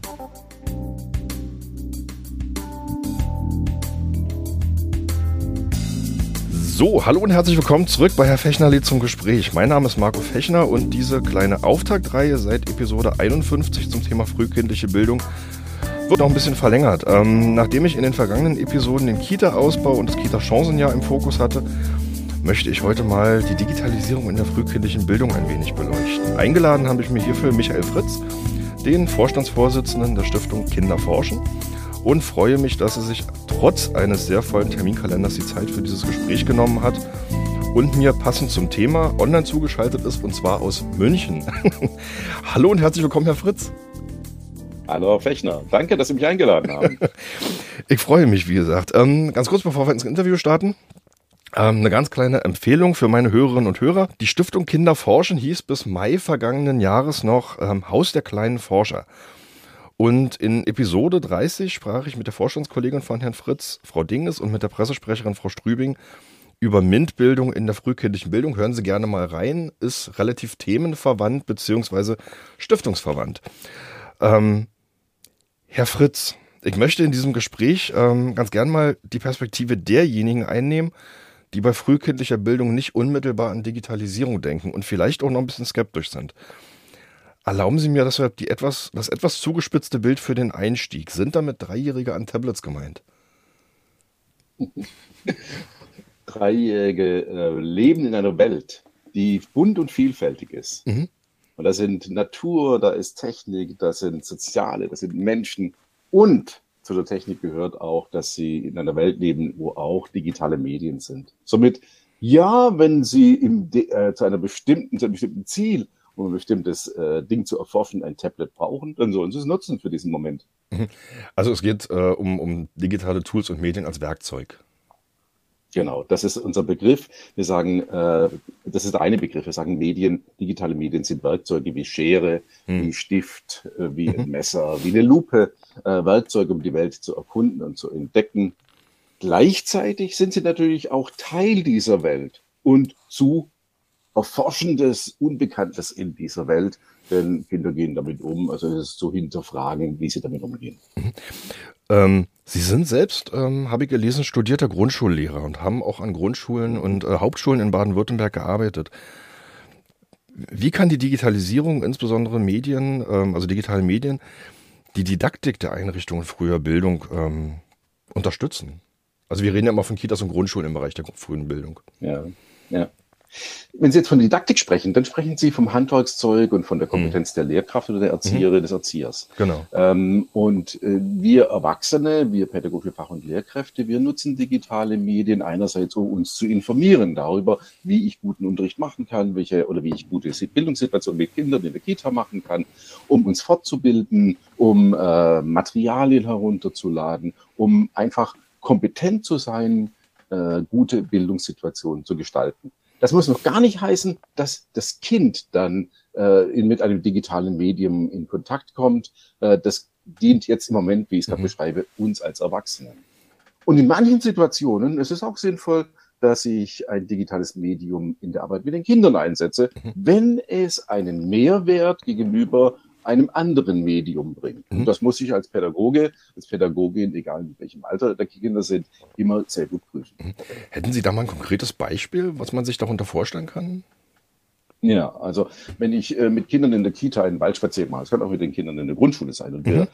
So, hallo und herzlich willkommen zurück bei Herr Fechner lädt zum Gespräch. Mein Name ist Marco Fechner und diese kleine Auftaktreihe seit Episode 51 zum Thema frühkindliche Bildung wird noch ein bisschen verlängert. Nachdem ich in den vergangenen Episoden den Kita-Ausbau und das Kita-Chancenjahr im Fokus hatte, möchte ich heute mal die Digitalisierung in der frühkindlichen Bildung ein wenig beleuchten. Eingeladen habe ich mir hierfür Michael Fritz, den Vorstandsvorsitzenden der Stiftung Kinder forschen, und freue mich, dass er sich trotz eines sehr vollen Terminkalenders die Zeit für dieses Gespräch genommen hat und mir passend zum Thema online zugeschaltet ist, und zwar aus München. Hallo und herzlich willkommen, Herr Fritz. Hallo, Herr Fechner. Danke, dass Sie mich eingeladen haben. Ich freue mich, wie gesagt. Ganz kurz, bevor wir ins Interview starten, eine ganz kleine Empfehlung für meine Hörerinnen und Hörer. Die Stiftung Kinder forschen hieß bis Mai vergangenen Jahres noch Haus der kleinen Forscher. Und in Episode 30 sprach ich mit der Vorstandskollegin von Herrn Fritz, Frau Dinges, und mit der Pressesprecherin Frau Strübing über MINT-Bildung in der frühkindlichen Bildung. Hören Sie gerne mal rein, ist relativ themenverwandt bzw. stiftungsverwandt. Herr Fritz, ich möchte in diesem Gespräch ganz gern mal die Perspektive derjenigen einnehmen, die bei frühkindlicher Bildung nicht unmittelbar an Digitalisierung denken und vielleicht auch noch ein bisschen skeptisch sind. Erlauben Sie mir deshalb das etwas zugespitzte Bild für den Einstieg. Sind damit Dreijährige an Tablets gemeint? Dreijährige leben in einer Welt, die bunt und vielfältig ist. Mhm. Und da sind Natur, da ist Technik, da sind Soziale, da sind Menschen. Und zu der Technik gehört auch, dass sie in einer Welt leben, wo auch digitale Medien sind. Somit, ja, wenn sie zu einem bestimmten Ziel, um ein bestimmtes Ding zu erforschen, ein Tablet brauchen, dann sollen sie es nutzen für diesen Moment. Also es geht um digitale Tools und Medien als Werkzeug. Genau, das ist unser Begriff. Wir sagen, das ist der eine Begriff. Wir sagen digitale Medien sind Werkzeuge wie Schere, wie Stift, wie ein Messer, wie eine Lupe, Werkzeuge, um die Welt zu erkunden und zu entdecken. Gleichzeitig sind sie natürlich auch Teil dieser Welt und zu Erforschendes, Unbekanntes in dieser Welt, denn Kinder gehen damit um. Also es ist zu hinterfragen, wie sie damit umgehen. Sie sind selbst, habe ich gelesen, studierter Grundschullehrer und haben auch an Grundschulen und Hauptschulen in Baden-Württemberg gearbeitet. Wie kann die Digitalisierung, insbesondere Medien, also digitale Medien, die Didaktik der Einrichtungen früher Bildung unterstützen? Also wir reden ja immer von Kitas und Grundschulen im Bereich der frühen Bildung. Ja. Wenn Sie jetzt von Didaktik sprechen, dann sprechen Sie vom Handwerkszeug und von der Kompetenz der Lehrkraft oder der Erzieherin, des Erziehers. Genau. Und wir Erwachsene, wir pädagogische Fach- und Lehrkräfte, wir nutzen digitale Medien einerseits, um uns zu informieren darüber, wie ich guten Unterricht machen kann, wie ich gute Bildungssituationen mit Kindern in der Kita machen kann, um uns fortzubilden, um Materialien herunterzuladen, um einfach kompetent zu sein, gute Bildungssituationen zu gestalten. Das muss noch gar nicht heißen, dass das Kind dann mit einem digitalen Medium in Kontakt kommt. Das dient jetzt im Moment, wie ich es gerade beschreibe, uns als Erwachsenen. Und in manchen Situationen ist es auch sinnvoll, dass ich ein digitales Medium in der Arbeit mit den Kindern einsetze, wenn es einen Mehrwert gegenüber einem anderen Medium bringt. Und das muss ich als Pädagoge, als Pädagogin, egal in welchem Alter der Kinder sind, immer sehr gut prüfen. Hätten Sie da mal ein konkretes Beispiel, was man sich darunter vorstellen kann? Ja, also wenn ich mit Kindern in der Kita einen Waldspaziergang mache, es kann auch mit den Kindern in der Grundschule sein, und wir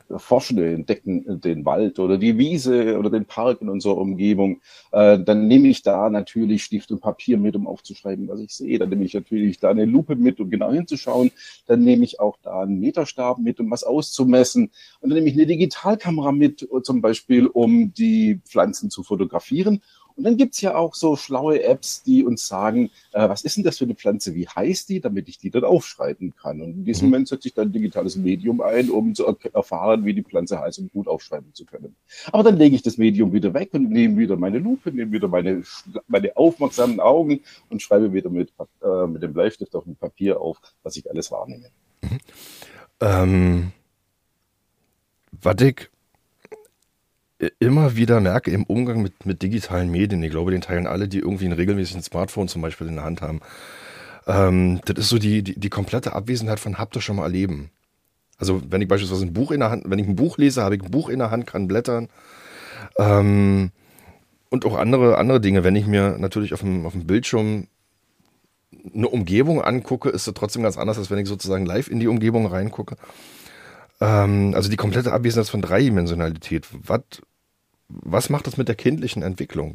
entdecken den Wald oder die Wiese oder den Park in unserer Umgebung, dann nehme ich da natürlich Stift und Papier mit, um aufzuschreiben, was ich sehe. Dann nehme ich natürlich da eine Lupe mit, um genau hinzuschauen. Dann nehme ich auch da einen Meterstab mit, um was auszumessen. Und dann nehme ich eine Digitalkamera mit, zum Beispiel, um die Pflanzen zu fotografieren. Und dann gibt's ja auch so schlaue Apps, die uns sagen, was ist denn das für eine Pflanze, wie heißt die, damit ich die dann aufschreiben kann. Und in diesem Moment setze ich dann ein digitales Medium ein, um zu erfahren, wie die Pflanze heißt, um gut aufschreiben zu können. Aber dann lege ich das Medium wieder weg und nehme wieder meine Lupe, nehme wieder meine aufmerksamen Augen und schreibe wieder mit dem Bleistift auf dem Papier auf, was ich alles wahrnehme. Was ich immer wieder merke im Umgang mit digitalen Medien, ich glaube, den teilen alle, die irgendwie ein regelmäßiges Smartphone zum Beispiel in der Hand haben, das ist so die komplette Abwesenheit von haptischem Erleben. Also wenn ich beispielsweise ein Buch in der Hand, wenn ich ein Buch lese, habe ich ein Buch in der Hand, kann blättern. Und auch andere Dinge. Wenn ich mir natürlich auf dem Bildschirm eine Umgebung angucke, ist es trotzdem ganz anders, als wenn ich sozusagen live in die Umgebung reingucke. Also die komplette Abwesenheit von Dreidimensionalität. Was macht das mit der kindlichen Entwicklung?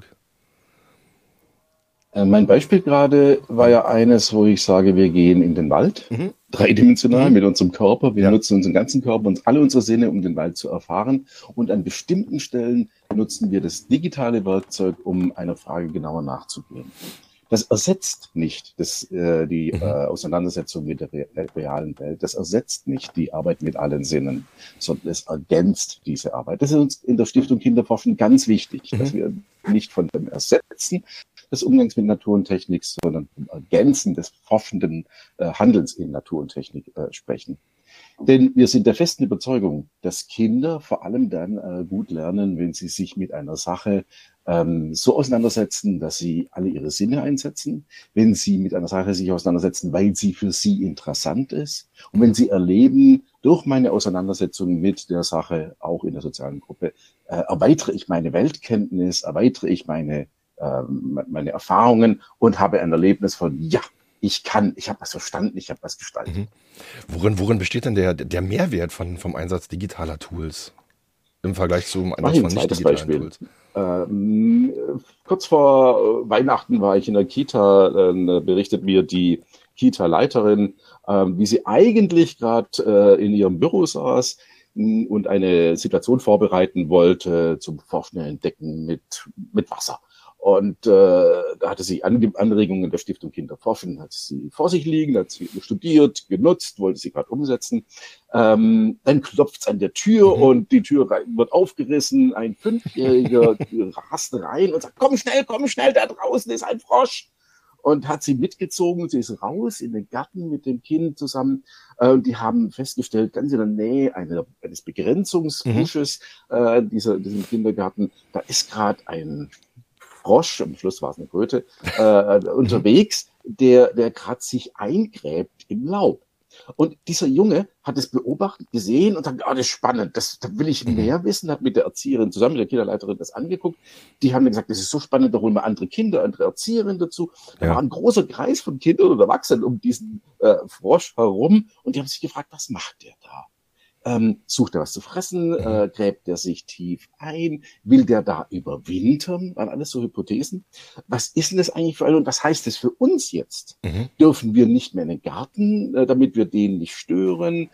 Mein Beispiel gerade war ja eines, wo ich sage, wir gehen in den Wald, dreidimensional mit unserem Körper. Wir nutzen unseren ganzen Körper und alle unsere Sinne, um den Wald zu erfahren. Und an bestimmten Stellen nutzen wir das digitale Werkzeug, um einer Frage genauer nachzugehen. Das ersetzt nicht die Auseinandersetzung mit der realen Welt. Das ersetzt nicht die Arbeit mit allen Sinnen, sondern es ergänzt diese Arbeit. Das ist uns in der Stiftung Kinderforschen ganz wichtig, dass wir nicht von dem Ersetzen des Umgangs mit Natur und Technik, sondern vom Ergänzen des forschenden Handelns in Natur und Technik sprechen. Denn wir sind der festen Überzeugung, dass Kinder vor allem dann gut lernen, wenn sie sich mit einer Sache so auseinandersetzen, dass sie alle ihre Sinne einsetzen, wenn sie mit einer Sache sich auseinandersetzen, weil sie für sie interessant ist und wenn sie erleben, durch meine Auseinandersetzung mit der Sache, auch in der sozialen Gruppe, erweitere ich meine Weltkenntnis, erweitere ich meine Erfahrungen und habe ein Erlebnis von, ja, ich habe was verstanden, ich habe was gestaltet. Worin besteht denn der Mehrwert vom Einsatz digitaler Tools im Vergleich zum Einsatz von nicht digitalen Tools? Kurz vor Weihnachten war ich in der Kita, dann berichtet mir die Kita-Leiterin, wie sie eigentlich gerade in ihrem Büro saß und eine Situation vorbereiten wollte zum Forschen und Entdecken mit Wasser. Und da hatte sie Anregungen der Stiftung Kinderforschen, hat sie vor sich liegen, hat sie studiert, genutzt, wollte sie gerade umsetzen. Dann klopft's an der Tür und die Tür wird aufgerissen. Ein Fünfjähriger rast rein und sagt, komm schnell, da draußen ist ein Frosch. Und hat sie mitgezogen, sie ist raus in den Garten mit dem Kind zusammen. Und die haben festgestellt, ganz in der Nähe eines Begrenzungsbusches, diesem Kindergarten, da ist gerade ein Frosch, am Schluss war es eine Kröte, unterwegs, der gerade sich eingräbt im Laub. Und dieser Junge hat es beobachtet, gesehen und sagt, das ist spannend, da will ich mehr wissen, hat mit der Erzieherin zusammen, mit der Kinderleiterin das angeguckt. Die haben dann gesagt, das ist so spannend, da holen wir andere Kinder, andere Erzieherinnen dazu. Da war ein großer Kreis von Kindern und Erwachsenen um diesen Frosch herum und die haben sich gefragt, was macht der da? Sucht er was zu fressen? Gräbt er sich tief ein? Will der da überwintern? Waren alles so Hypothesen. Was ist denn das eigentlich für einen? Und was heißt das für uns jetzt? Dürfen wir nicht mehr in den Garten, damit wir den nicht stören?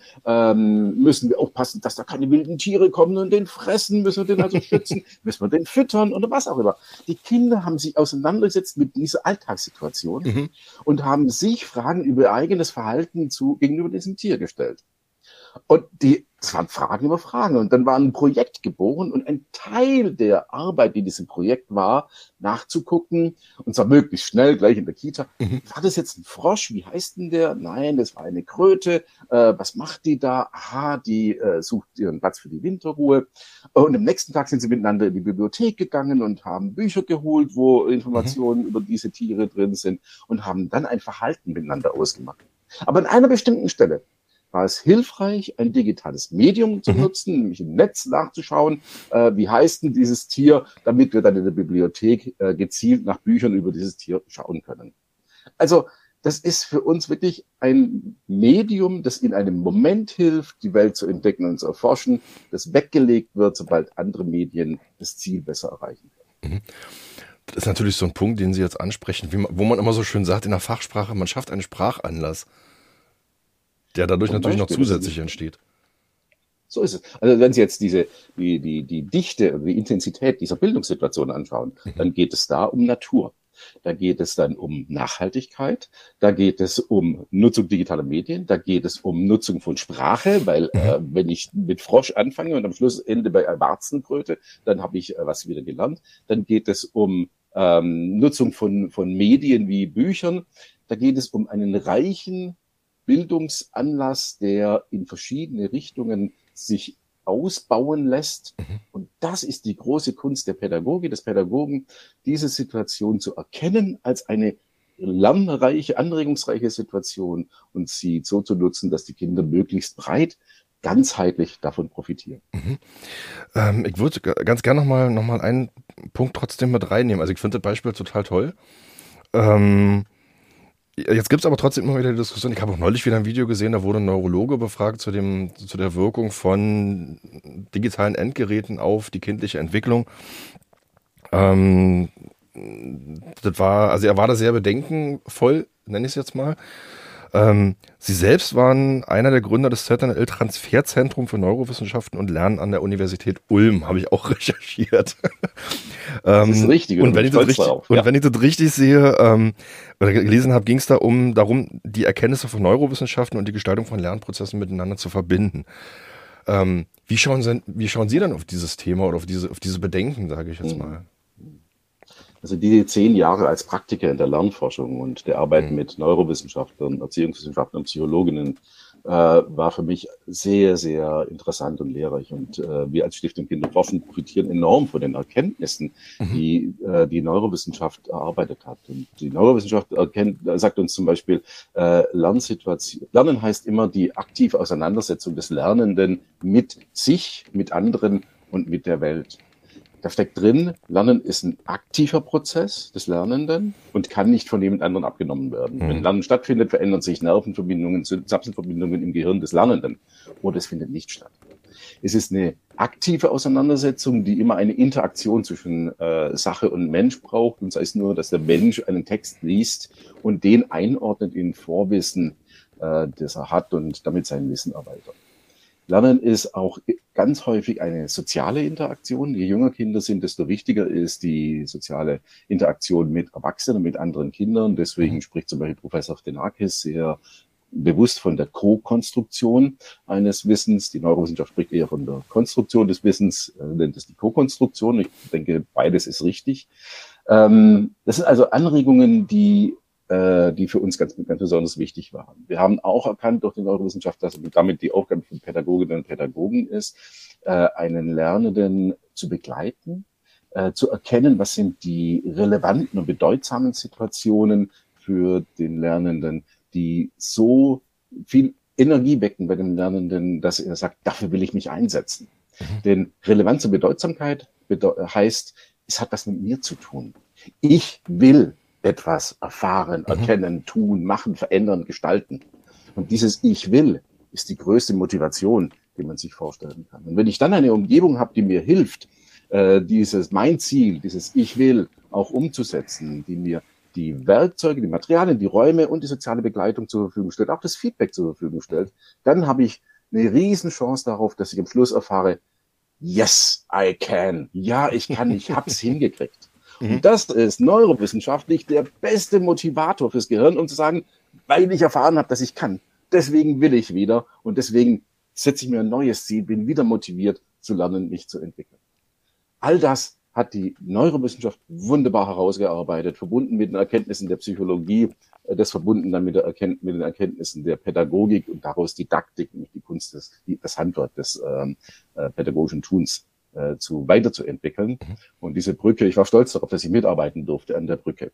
Müssen wir aufpassen, dass da keine wilden Tiere kommen und den fressen? Müssen wir den also schützen? Müssen wir den füttern? Oder was auch immer. Die Kinder haben sich auseinandergesetzt mit dieser Alltagssituation und haben sich Fragen über ihr eigenes Verhalten gegenüber diesem Tier gestellt. Und das waren Fragen über Fragen. Und dann war ein Projekt geboren und ein Teil der Arbeit, die in diesem Projekt war, nachzugucken, und zwar möglichst schnell, gleich in der Kita. War das jetzt ein Frosch? Wie heißt denn der? Nein, das war eine Kröte. Was macht die da? Aha, die sucht ihren Platz für die Winterruhe. Und am nächsten Tag sind sie miteinander in die Bibliothek gegangen und haben Bücher geholt, wo Informationen über diese Tiere drin sind und haben dann ein Verhalten miteinander ausgemacht. Aber an einer bestimmten Stelle war es hilfreich, ein digitales Medium zu nutzen, nämlich im Netz nachzuschauen, wie heißt denn dieses Tier, damit wir dann in der Bibliothek gezielt nach Büchern über dieses Tier schauen können. Also das ist für uns wirklich ein Medium, das in einem Moment hilft, die Welt zu entdecken und zu erforschen, das weggelegt wird, sobald andere Medien das Ziel besser erreichen können. Das ist natürlich so ein Punkt, den Sie jetzt ansprechen, wo man immer so schön sagt in der Fachsprache, man schafft einen Sprachanlass, der dadurch natürlich noch zusätzlich entsteht. So ist es. Also wenn Sie jetzt die Dichte, die Intensität dieser Bildungssituation anschauen, dann geht es da um Natur. Da geht es dann um Nachhaltigkeit, da geht es um Nutzung digitaler Medien, da geht es um Nutzung von Sprache, weil wenn ich mit Frosch anfange und am Schluss ende bei Warzenkröte, dann habe ich was wieder gelernt. Dann geht es um Nutzung von Medien wie Büchern. Da geht es um einen reichen Bildungsanlass, der in verschiedene Richtungen sich ausbauen lässt. Und das ist die große Kunst der Pädagogik, des Pädagogen, diese Situation zu erkennen als eine lernreiche, anregungsreiche Situation und sie so zu nutzen, dass die Kinder möglichst breit ganzheitlich davon profitieren. Ich würde ganz gerne noch mal einen Punkt trotzdem mit reinnehmen. Also ich finde das Beispiel total toll. Jetzt gibt es aber trotzdem immer wieder die Diskussion. Ich habe auch neulich wieder ein Video gesehen, da wurde ein Neurologe befragt zu der Wirkung von digitalen Endgeräten auf die kindliche Entwicklung. Er war da sehr bedenkenvoll, nenne ich es jetzt mal. Sie selbst waren einer der Gründer des ZNL-Transferzentrum für Neurowissenschaften und Lernen an der Universität Ulm, habe ich auch recherchiert. Das ist richtig. Und wenn ich das richtig sehe oder gelesen habe, ging es darum, die Erkenntnisse von Neurowissenschaften und die Gestaltung von Lernprozessen miteinander zu verbinden. Wie schauen Sie dann auf dieses Thema oder auf diese Bedenken, sage ich jetzt mal? Also die 10 Jahre als Praktiker in der Lernforschung und der Arbeit mit Neurowissenschaftlern, Erziehungswissenschaftlern und Psychologinnen war für mich sehr, sehr interessant und lehrreich. Und wir als Stiftung Kinderforschen profitieren enorm von den Erkenntnissen, die die Neurowissenschaft erarbeitet hat. Und die Neurowissenschaft sagt uns zum Beispiel, Lernen heißt immer die aktive Auseinandersetzung des Lernenden mit sich, mit anderen und mit der Welt. Da steckt drin, Lernen ist ein aktiver Prozess des Lernenden und kann nicht von jemand anderem abgenommen werden. Wenn Lernen stattfindet, verändern sich Nervenverbindungen, Synapsenverbindungen im Gehirn des Lernenden. Oder es findet nicht statt. Es ist eine aktive Auseinandersetzung, die immer eine Interaktion zwischen Sache und Mensch braucht. Und sei es nur, dass der Mensch einen Text liest und den einordnet in Vorwissen, das er hat und damit sein Wissen erweitert. Lernen ist auch ganz häufig eine soziale Interaktion. Je jünger Kinder sind, desto wichtiger ist die soziale Interaktion mit Erwachsenen, mit anderen Kindern. Deswegen spricht zum Beispiel Professor Ftenakis sehr bewusst von der Co-Konstruktion eines Wissens. Die Neurowissenschaft spricht eher von der Konstruktion des Wissens, nennt es die Co-Konstruktion. Ich denke, beides ist richtig. Das sind also Anregungen, die für uns ganz besonders wichtig waren. Wir haben auch erkannt durch die Neurowissenschaft, dass damit die Aufgabe von Pädagoginnen und Pädagogen ist, einen Lernenden zu begleiten, zu erkennen, was sind die relevanten und bedeutsamen Situationen für den Lernenden, die so viel Energie wecken bei dem Lernenden, dass er sagt, dafür will ich mich einsetzen. Denn Relevanz und Bedeutsamkeit heißt, es hat was mit mir zu tun. Ich will etwas erfahren, erkennen, tun, machen, verändern, gestalten. Und dieses Ich will ist die größte Motivation, die man sich vorstellen kann. Und wenn ich dann eine Umgebung habe, die mir hilft, mein Ziel, dieses Ich will auch umzusetzen, die mir die Werkzeuge, die Materialien, die Räume und die soziale Begleitung zur Verfügung stellt, auch das Feedback zur Verfügung stellt, dann habe ich eine riesen Chance darauf, dass ich am Schluss erfahre, yes, I can. Ja, ich kann, ich hab's hingekriegt. Und das ist neurowissenschaftlich der beste Motivator fürs Gehirn, um zu sagen, weil ich erfahren habe, dass ich kann. Deswegen will ich wieder und deswegen setze ich mir ein neues Ziel, bin wieder motiviert zu lernen, mich zu entwickeln. All das hat die Neurowissenschaft wunderbar herausgearbeitet, verbunden mit den Erkenntnissen der Psychologie, das verbunden dann mit den Erkenntnissen der Pädagogik und daraus Didaktik, nämlich die Kunst, das Handwerk des pädagogischen Tuns weiterzuentwickeln. Und diese Brücke, ich war stolz darauf, dass ich mitarbeiten durfte an der Brücke,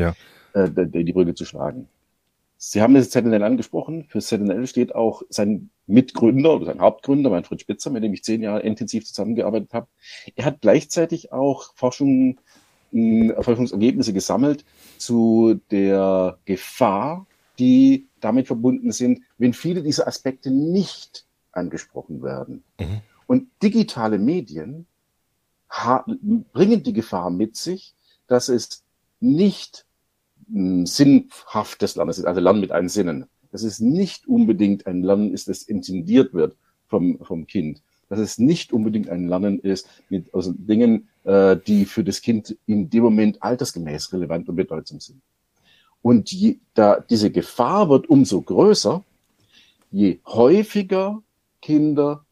die Brücke zu schlagen. Sie haben das ZNL angesprochen. Für ZNL steht auch sein Mitgründer oder sein Hauptgründer, Manfred Spitzer, mit dem ich 10 Jahre intensiv zusammengearbeitet habe. Er hat gleichzeitig auch Forschungsergebnisse gesammelt zu der Gefahr, die damit verbunden sind, wenn viele dieser Aspekte nicht angesprochen werden. Und digitale Medien bringen die Gefahr mit sich, dass es nicht sinnhaftes Lernen ist, also Lernen mit allen Sinnen. Dass es nicht unbedingt ein Lernen ist, das intendiert wird vom Kind. Dass es nicht unbedingt ein Lernen ist mit Dingen, die für das Kind in dem Moment altersgemäß relevant und bedeutsam sind. Und diese Gefahr wird umso größer, je häufiger Kinder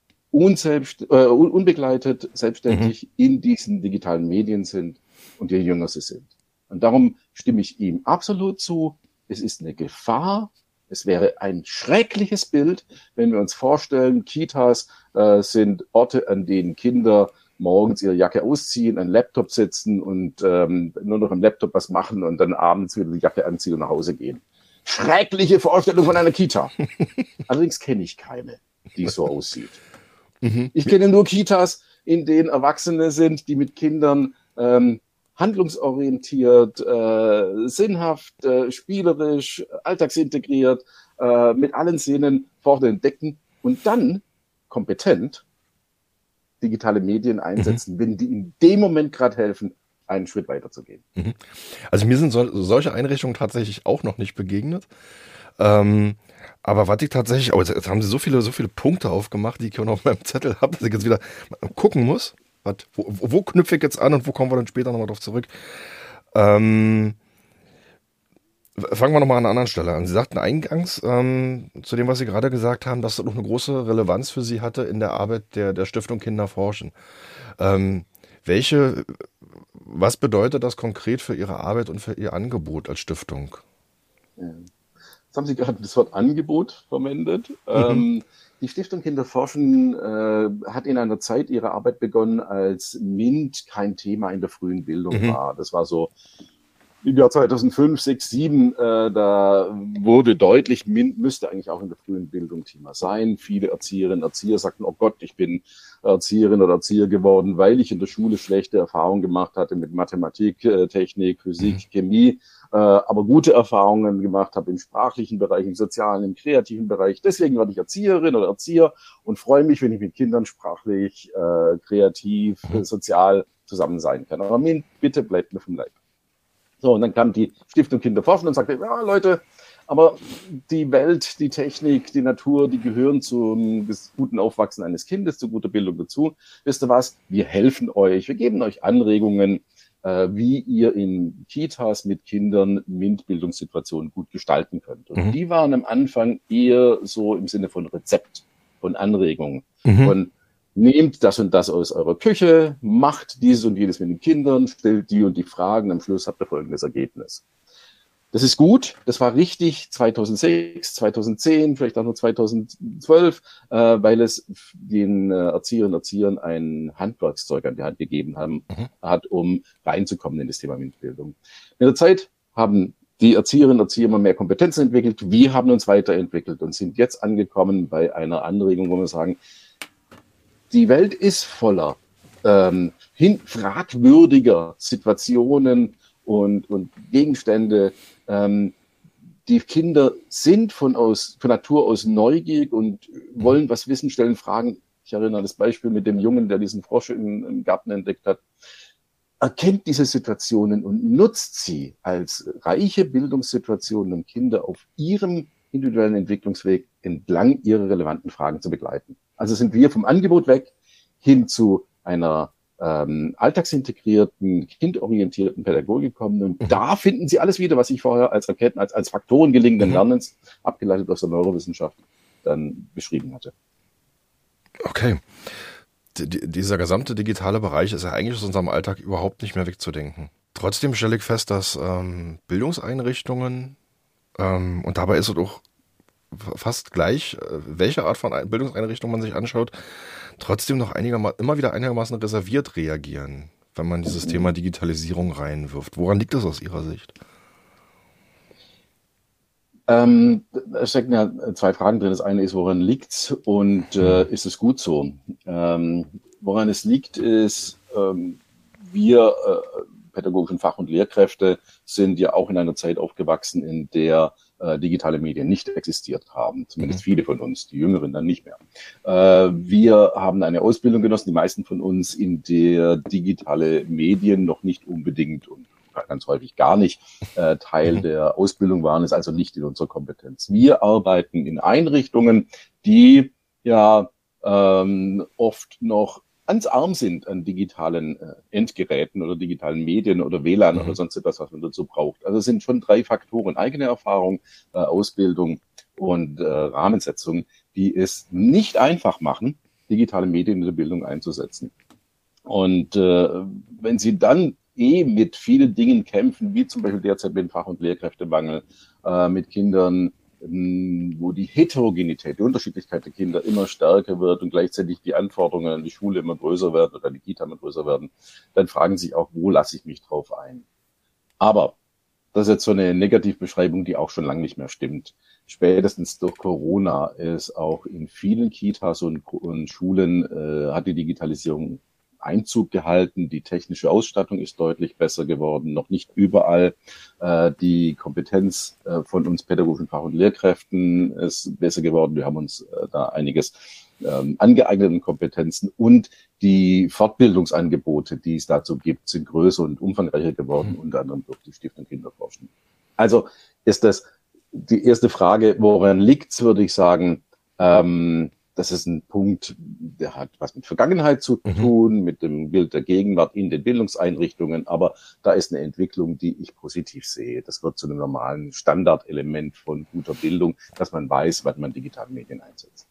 unbegleitet, selbstständig in diesen digitalen Medien sind und je jünger sie sind. Und darum stimme ich ihm absolut zu. Es ist eine Gefahr. Es wäre ein schreckliches Bild, wenn wir uns vorstellen, Kitas sind Orte, an denen Kinder morgens ihre Jacke ausziehen, an Laptop sitzen und nur noch am Laptop was machen und dann abends wieder die Jacke anziehen und nach Hause gehen. Schreckliche Vorstellung von einer Kita. Allerdings kenne ich keine. die so aussieht. Mhm. Ich kenne nur Kitas, in denen Erwachsene sind, die mit Kindern handlungsorientiert, sinnhaft, spielerisch, alltagsintegriert, mit allen Sinnen vorne entdecken und dann kompetent digitale Medien einsetzen, wenn die in dem Moment gerade helfen, einen Schritt weiterzugehen. Also mir sind solche Einrichtungen tatsächlich auch noch nicht begegnet. Aber was ich tatsächlich, jetzt haben sie so viele Punkte aufgemacht, die ich auch noch auf meinem Zettel habe, dass ich jetzt wieder gucken muss, wo knüpfe ich jetzt an und wo kommen wir dann später nochmal drauf zurück. Fangen wir nochmal an einer anderen Stelle an. Sie sagten eingangs zu dem, was Sie gerade gesagt haben, dass das noch eine große Relevanz für Sie hatte in der Arbeit der Stiftung Kinder forschen. Was bedeutet das konkret für Ihre Arbeit und für Ihr Angebot als Stiftung? Jetzt haben Sie gerade das Wort Angebot verwendet. Die Stiftung Kinder forschen hat in einer Zeit ihre Arbeit begonnen, als MINT kein Thema in der frühen Bildung war. Das war so im Jahr 2005, 6, 7, da wurde deutlich, MINT müsste eigentlich auch in der frühen Bildung Thema sein. Viele Erzieherinnen und Erzieher sagten, oh Gott, ich bin Erzieherin oder Erzieher geworden, weil ich in der Schule schlechte Erfahrungen gemacht hatte mit Mathematik, Technik, Physik, Chemie, aber gute Erfahrungen gemacht habe im sprachlichen Bereich, im sozialen, im kreativen Bereich. Deswegen werde ich Erzieherin oder Erzieher und freue mich, wenn ich mit Kindern sprachlich, kreativ, sozial zusammen sein kann. Aber MINT, bitte bleibt mir vom Leib. So, und dann kam die Stiftung Kinder forschen und sagte, ja Leute, aber die Welt, die Technik, die Natur, die gehören zum guten Aufwachsen eines Kindes, zu guter Bildung dazu. Wisst ihr was? Wir helfen euch, wir geben euch Anregungen, wie ihr in Kitas mit Kindern MINT-Bildungssituationen gut gestalten könnt. Und die waren am Anfang eher so im Sinne von Rezept, von Anregungen, von nehmt das und das aus eurer Küche, macht dieses und jenes mit den Kindern, stellt die und die Fragen, am Schluss habt ihr folgendes Ergebnis. Das ist gut, das war richtig 2006, 2010, vielleicht auch nur 2012, weil es den Erzieherinnen und Erziehern ein Handwerkszeug an die Hand gegeben hat, um reinzukommen in das Thema MINT-Bildung. Mit der Zeit haben die Erzieherinnen und Erzieher immer mehr Kompetenzen entwickelt, wir haben uns weiterentwickelt und sind jetzt angekommen bei einer Anregung, wo wir sagen, die Welt ist voller fragwürdiger Situationen und Gegenstände. Die Kinder sind von Natur aus neugierig und wollen was wissen, stellen Fragen. Ich erinnere an das Beispiel mit dem Jungen, der diesen Frosch im Garten entdeckt hat. Erkennt diese Situationen und nutzt sie als reiche Bildungssituationen, um Kinder auf ihrem individuellen Entwicklungsweg entlang ihrer relevanten Fragen zu begleiten. Also sind wir vom Angebot weg hin zu einer alltagsintegrierten, kindorientierten Pädagogik gekommen. Und da finden Sie alles wieder, was ich vorher als Faktoren gelingenden Lernens, abgeleitet aus der Neurowissenschaft, dann beschrieben hatte. Okay. Dieser gesamte digitale Bereich ist ja eigentlich aus unserem Alltag überhaupt nicht mehr wegzudenken. Trotzdem stelle ich fest, dass Bildungseinrichtungen, und dabei ist es auch fast gleich, welche Art von Bildungseinrichtung man sich anschaut, trotzdem noch immer wieder einigermaßen reserviert reagieren, wenn man dieses Thema Digitalisierung reinwirft. Woran liegt das aus Ihrer Sicht? Es stecken ja zwei Fragen drin. Das eine ist, woran liegt's und ist es gut so? Woran es liegt, ist, wir pädagogischen Fach- und Lehrkräfte sind ja auch in einer Zeit aufgewachsen, in der digitale Medien nicht existiert haben. Zumindest viele von uns, die Jüngeren dann nicht mehr. Wir haben eine Ausbildung genossen, die meisten von uns, in der digitale Medien noch nicht unbedingt und ganz häufig gar nicht Teil der Ausbildung waren, ist also nicht in unserer Kompetenz. Wir arbeiten in Einrichtungen, die ja oft noch ganz arm sind an digitalen Endgeräten oder digitalen Medien oder WLAN oder sonst etwas, was man dazu braucht. Also es sind schon drei Faktoren: eigene Erfahrung, Ausbildung und Rahmensetzung, die es nicht einfach machen, digitale Medien in der Bildung einzusetzen. Und wenn Sie dann mit vielen Dingen kämpfen, wie zum Beispiel derzeit mit dem Fach- und Lehrkräftemangel, mit Kindern, wo die Heterogenität, die Unterschiedlichkeit der Kinder immer stärker wird und gleichzeitig die Anforderungen an die Schule immer größer werden oder an die Kita immer größer werden, dann fragen Sie sich auch, wo lasse ich mich drauf ein? Aber Das ist jetzt so eine Negativbeschreibung, die auch schon lange nicht mehr stimmt. Spätestens durch Corona ist auch in vielen Kitas und Schulen hat die Digitalisierung Einzug gehalten. Die technische Ausstattung ist deutlich besser geworden. Noch nicht überall. Die Kompetenz von uns pädagogischen Fach- und Lehrkräften ist besser geworden. Wir haben uns da einiges angeeigneten Kompetenzen und die Fortbildungsangebote, die es dazu gibt, sind größer und umfangreicher geworden, unter anderem durch die Stiftung Kinderforschung. Also ist das die erste Frage, woran liegt's, würde ich sagen, das ist ein Punkt, der hat was mit Vergangenheit zu tun, mit dem Bild der Gegenwart in den Bildungseinrichtungen, aber da ist eine Entwicklung, die ich positiv sehe. Das wird zu einem normalen Standardelement von guter Bildung, dass man weiß, wann man digitale Medien einsetzt.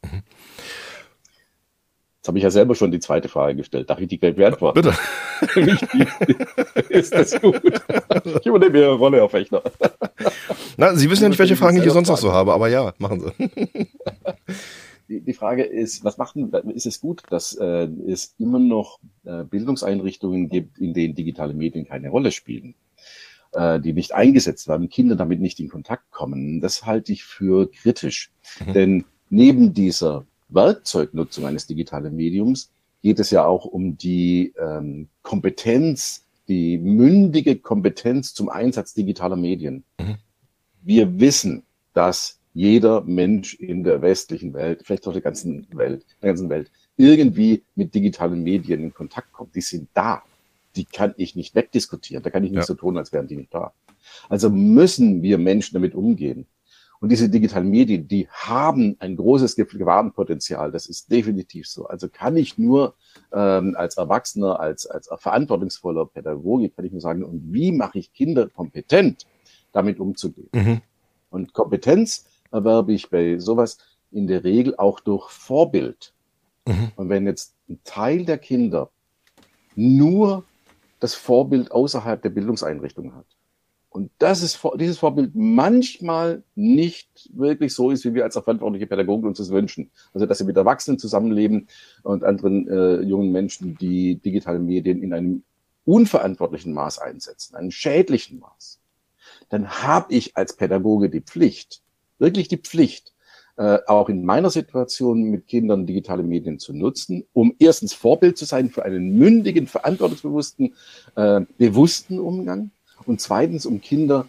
Jetzt habe ich ja selber schon die zweite Frage gestellt. Darf ich die gleich beantworten? Bitte. Ist das gut? Ich übernehme Ihre Rolle, Herr Fechner. Na, Sie wissen ja nicht, welche Fragen ich hier sonst noch so habe, aber ja, machen Sie. Die Frage ist, ist es gut, dass es immer noch Bildungseinrichtungen gibt, in denen digitale Medien keine Rolle spielen, die nicht eingesetzt werden, Kinder damit nicht in Kontakt kommen? Das halte ich für kritisch. Denn neben dieser Werkzeugnutzung eines digitalen Mediums geht es ja auch um die Kompetenz, die mündige Kompetenz zum Einsatz digitaler Medien. Wir wissen, dass jeder Mensch in der westlichen Welt, vielleicht auch der ganzen Welt, irgendwie mit digitalen Medien in Kontakt kommt. Die sind da. Die kann ich nicht wegdiskutieren. Da kann ich nicht so tun, als wären die nicht da. Also müssen wir Menschen damit umgehen. Und diese digitalen Medien, die haben ein großes Gefahrenpotenzial. Das ist definitiv so. Also kann ich nur als Erwachsener, als verantwortungsvoller Pädagoge, kann ich nur sagen, und wie mache ich Kinder kompetent, damit umzugehen? Und Kompetenz erwerbe ich bei sowas in der Regel auch durch Vorbild. Und wenn jetzt ein Teil der Kinder nur das Vorbild außerhalb der Bildungseinrichtung hat und dieses Vorbild manchmal nicht wirklich so ist, wie wir als verantwortliche Pädagogen uns das wünschen, also dass sie mit Erwachsenen zusammenleben und anderen jungen Menschen, die digitale Medien in einem unverantwortlichen Maß einsetzen, einem schädlichen Maß, dann habe ich als Pädagoge die Pflicht, wirklich die Pflicht, auch in meiner Situation mit Kindern digitale Medien zu nutzen, um erstens Vorbild zu sein für einen mündigen, verantwortungsbewussten, bewussten Umgang und zweitens, um Kinder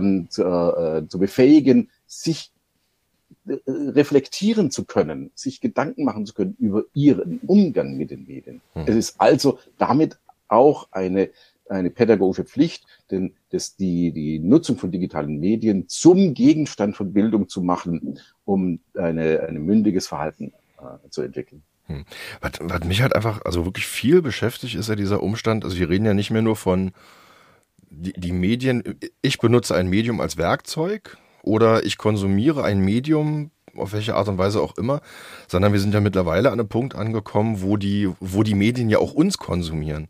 zu befähigen, sich reflektieren zu können, sich Gedanken machen zu können über ihren Umgang mit den Medien. Es ist also damit auch eine pädagogische Pflicht, denn die Nutzung von digitalen Medien zum Gegenstand von Bildung zu machen, um ein mündiges Verhalten zu entwickeln. Was mich halt einfach, also wirklich viel beschäftigt, ist ja dieser Umstand, also wir reden ja nicht mehr nur von die Medien, ich benutze ein Medium als Werkzeug oder ich konsumiere ein Medium, auf welche Art und Weise auch immer, sondern wir sind ja mittlerweile an einem Punkt angekommen, wo die Medien ja auch uns konsumieren.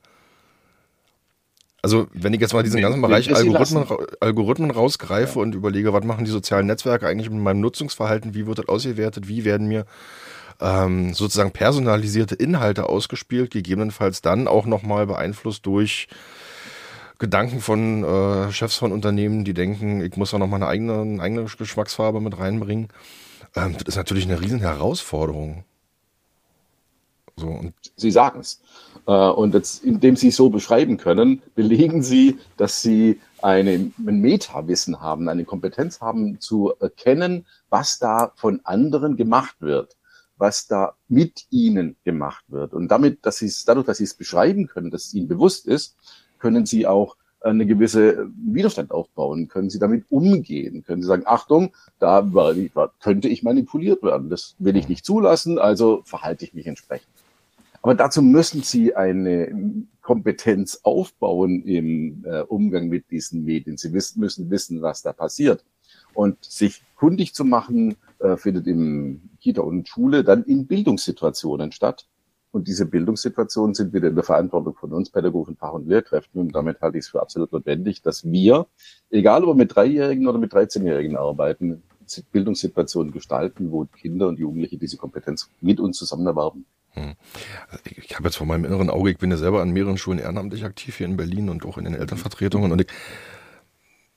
Also wenn ich jetzt mal diesen ganzen Bereich Algorithmen rausgreife und überlege, was machen die sozialen Netzwerke eigentlich mit meinem Nutzungsverhalten, wie wird das ausgewertet, wie werden mir sozusagen personalisierte Inhalte ausgespielt, gegebenenfalls dann auch nochmal beeinflusst durch Gedanken von Chefs von Unternehmen, die denken, ich muss da nochmal eine eigene Geschmacksfarbe mit reinbringen. Das ist natürlich eine riesen Herausforderung. So, und Sie sagen es. Und jetzt, indem Sie es so beschreiben können, belegen Sie, dass Sie ein Metawissen haben, eine Kompetenz haben, zu erkennen, was da von anderen gemacht wird, was da mit Ihnen gemacht wird. Und dadurch, dass Sie es beschreiben können, dass es Ihnen bewusst ist, können Sie auch eine gewisse Widerstand aufbauen, können Sie damit umgehen, können Sie sagen, Achtung, könnte ich manipuliert werden, das will ich nicht zulassen, also verhalte ich mich entsprechend. Aber dazu müssen Sie eine Kompetenz aufbauen im Umgang mit diesen Medien. Sie müssen wissen, was da passiert. Und sich kundig zu machen, findet in Kita und Schule dann in Bildungssituationen statt. Und diese Bildungssituationen sind wieder in der Verantwortung von uns Pädagogen, Fach- und Lehrkräften. Und damit halte ich es für absolut notwendig, dass wir, egal ob wir mit 3-Jährigen oder mit 13-Jährigen arbeiten, Bildungssituationen gestalten, wo Kinder und Jugendliche diese Kompetenz mit uns zusammen erwerben. Ich habe jetzt vor meinem inneren Auge, ich bin ja selber an mehreren Schulen ehrenamtlich aktiv hier in Berlin und auch in den Elternvertretungen und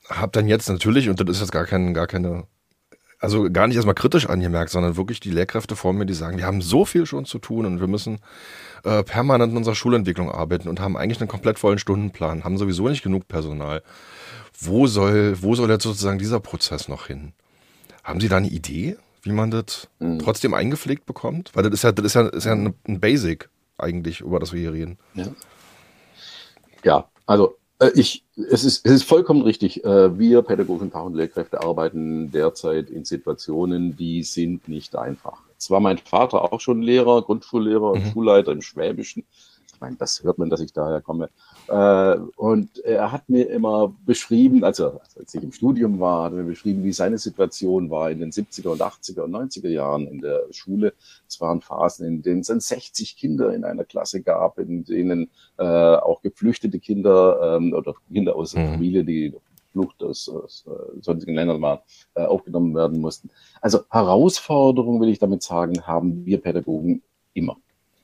habe dann jetzt natürlich, und das ist jetzt also gar nicht erstmal kritisch angemerkt, sondern wirklich die Lehrkräfte vor mir, die sagen, wir haben so viel schon zu tun und wir müssen permanent in unserer Schulentwicklung arbeiten und haben eigentlich einen komplett vollen Stundenplan, haben sowieso nicht genug Personal. Wo soll jetzt sozusagen dieser Prozess noch hin? Haben Sie da eine Idee, wie man das trotzdem eingepflegt bekommt? Weil das ist ja ein Basic eigentlich, über das wir hier reden. Ja, also es ist vollkommen richtig. Wir Pädagogen, Fach- und Lehrkräfte arbeiten derzeit in Situationen, die sind nicht einfach. Jetzt war mein Vater auch schon Lehrer, Grundschullehrer und Schulleiter im Schwäbischen. Ich meine, das hört man, dass ich daher komme. Und er hat mir immer beschrieben, also als ich im Studium war, hat er mir beschrieben, wie seine Situation war in den 70er und 80er und 90er Jahren in der Schule. Es waren Phasen, in denen es dann 60 Kinder in einer Klasse gab, in denen auch geflüchtete Kinder oder Kinder aus Familien, die Flucht aus sonstigen Ländern waren, aufgenommen werden mussten. Also Herausforderungen, will ich damit sagen, haben wir Pädagogen immer.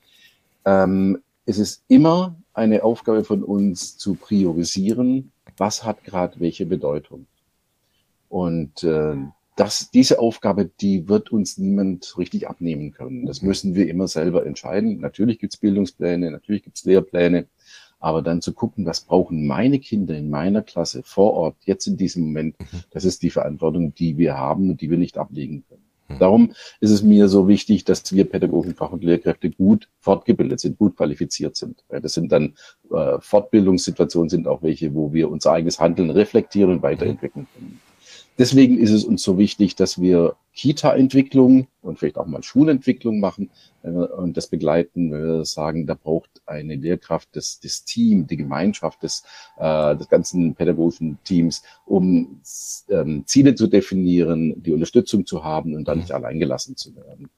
Es ist immer eine Aufgabe von uns zu priorisieren, was hat gerade welche Bedeutung. Und diese Aufgabe, die wird uns niemand richtig abnehmen können. Das müssen wir immer selber entscheiden. Natürlich gibt's Bildungspläne, natürlich gibt's Lehrpläne, aber dann zu gucken, was brauchen meine Kinder in meiner Klasse vor Ort, jetzt in diesem Moment, das ist die Verantwortung, die wir haben und die wir nicht ablegen können. Darum ist es mir so wichtig, dass wir Pädagogen, Fach- und Lehrkräfte gut fortgebildet sind, gut qualifiziert sind. Das sind dann Fortbildungssituationen, sind auch welche, wo wir unser eigenes Handeln reflektieren und weiterentwickeln können. Deswegen ist es uns so wichtig, dass wir Kita-Entwicklung und vielleicht auch mal Schulentwicklung machen und das begleiten, wenn wir sagen, da braucht eine Lehrkraft das Team, die Gemeinschaft des ganzen pädagogischen Teams, um Ziele zu definieren, die Unterstützung zu haben und dann nicht allein gelassen zu werden.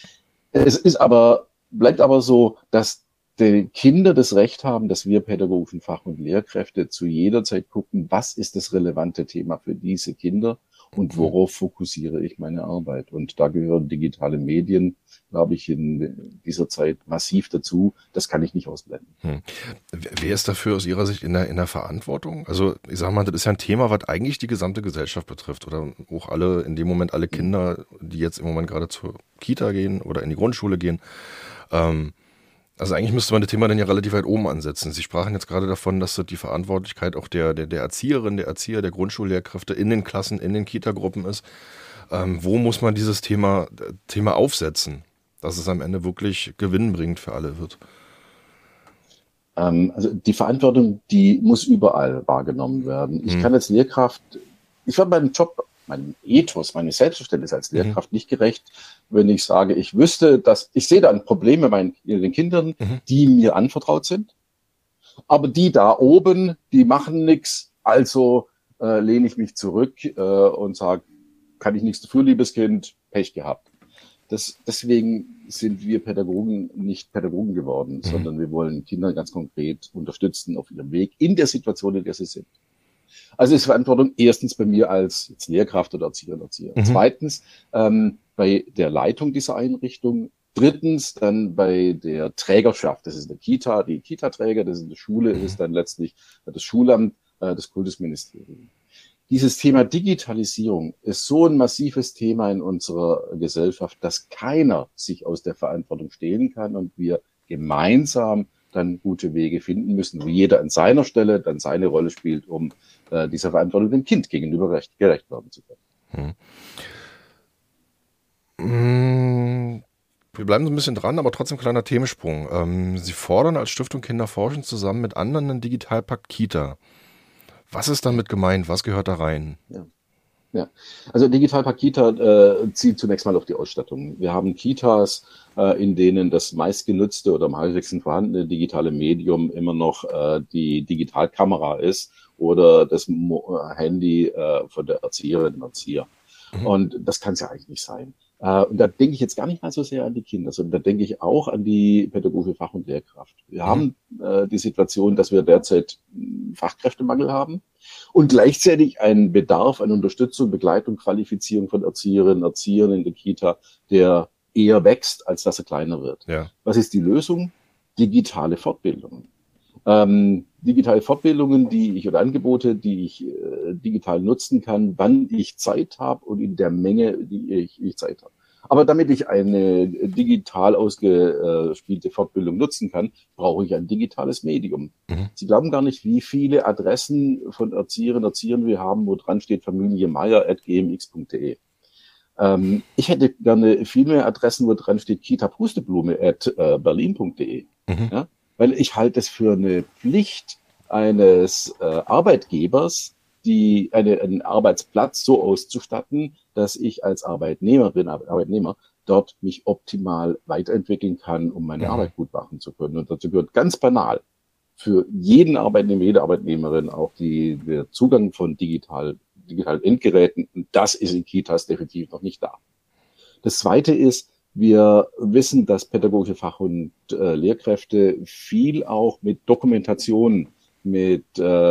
Bleibt aber so, dass die Kinder das Recht haben, dass wir pädagogischen Fach- und Lehrkräfte zu jeder Zeit gucken, was ist das relevante Thema für diese Kinder und worauf fokussiere ich meine Arbeit. Und da gehören digitale Medien, glaube ich, in dieser Zeit massiv dazu. Das kann ich nicht ausblenden. Wer ist dafür aus Ihrer Sicht in der Verantwortung? Also ich sage mal, das ist ja ein Thema, was eigentlich die gesamte Gesellschaft betrifft oder auch in dem Moment alle Kinder, die jetzt im Moment gerade zur Kita gehen oder in die Grundschule gehen. Also eigentlich müsste man das Thema dann ja relativ weit oben ansetzen. Sie sprachen jetzt gerade davon, dass das die Verantwortlichkeit auch der Erzieherin, der Erzieher, der Grundschullehrkräfte in den Klassen, in den Kitagruppen ist. Wo muss man dieses Thema aufsetzen, dass es am Ende wirklich gewinnbringend für alle wird? Also die Verantwortung, die muss überall wahrgenommen werden. Ich kann als Lehrkraft, ich war beim Job, meinem Ethos, meine Selbstverständnis als Lehrkraft nicht gerecht, wenn ich sage, ich wüsste, dass ich sehe da ein Problem bei den Kindern, die mir anvertraut sind, aber die da oben, die machen nichts, also lehne ich mich zurück und sage, kann ich nichts dafür, liebes Kind, Pech gehabt. Deswegen sind wir Pädagogen nicht Pädagogen geworden, sondern wir wollen Kinder ganz konkret unterstützen auf ihrem Weg in der Situation, in der sie sind. Also ist Verantwortung erstens bei mir als jetzt Lehrkraft oder Erzieherin und Erzieher. Zweitens bei der Leitung dieser Einrichtung. Drittens dann bei der Trägerschaft. Das ist eine Kita, die Kita-Träger, das ist eine Schule, das ist dann letztlich das Schulamt, das Kultusministerium. Dieses Thema Digitalisierung ist so ein massives Thema in unserer Gesellschaft, dass keiner sich aus der Verantwortung stehlen kann und wir gemeinsam dann gute Wege finden müssen, wo jeder an seiner Stelle dann seine Rolle spielt, um dieser Verantwortung dem Kind gegenüber gerecht werden zu können. Wir bleiben so ein bisschen dran, aber trotzdem kleiner Themensprung. Sie fordern als Stiftung Kinderforschen zusammen mit anderen einen Digitalpakt Kita. Was ist damit gemeint? Was gehört da rein? Ja, also Digitalpakt Kita zieht zunächst mal auf die Ausstattung. Wir haben Kitas, in denen das meistgenutzte oder am häufigsten vorhandene digitale Medium immer noch die Digitalkamera ist oder das Handy von der Erzieherin und Erzieher. Und das kann es ja eigentlich nicht sein. Und da denke ich jetzt gar nicht mal so sehr an die Kinder, sondern da denke ich auch an die pädagogische Fach- und Lehrkraft. Wir haben die Situation, dass wir derzeit Fachkräftemangel haben und gleichzeitig einen Bedarf an Unterstützung, Begleitung, Qualifizierung von Erzieherinnen, Erziehern in der Kita, der eher wächst, als dass er kleiner wird. Ja. Was ist die Lösung? Digitale Fortbildung. digitale Fortbildungen, oder Angebote, die ich digital nutzen kann, wann ich Zeit habe und in der Menge, die ich Zeit habe. Aber damit ich eine digital ausgespielte Fortbildung nutzen kann, brauche ich ein digitales Medium. Sie glauben gar nicht, wie viele Adressen von Erzieherinnen und Erziehern wir haben, wo dran steht familiemeier@gmx.de. Ich hätte gerne viel mehr Adressen, wo dran steht kitapusteblume@berlin.de. Ja? Weil ich halte es für eine Pflicht eines Arbeitgebers, einen Arbeitsplatz so auszustatten, dass ich als Arbeitnehmer dort mich optimal weiterentwickeln kann, um meine Arbeit gut machen zu können. Und dazu gehört ganz banal für jeden Arbeitnehmer, jede Arbeitnehmerin auch der Zugang von digitalen Endgeräten. Und das ist in Kitas definitiv noch nicht da. Das Zweite ist, wir wissen, dass pädagogische Fach- und Lehrkräfte viel auch mit Dokumentation, mit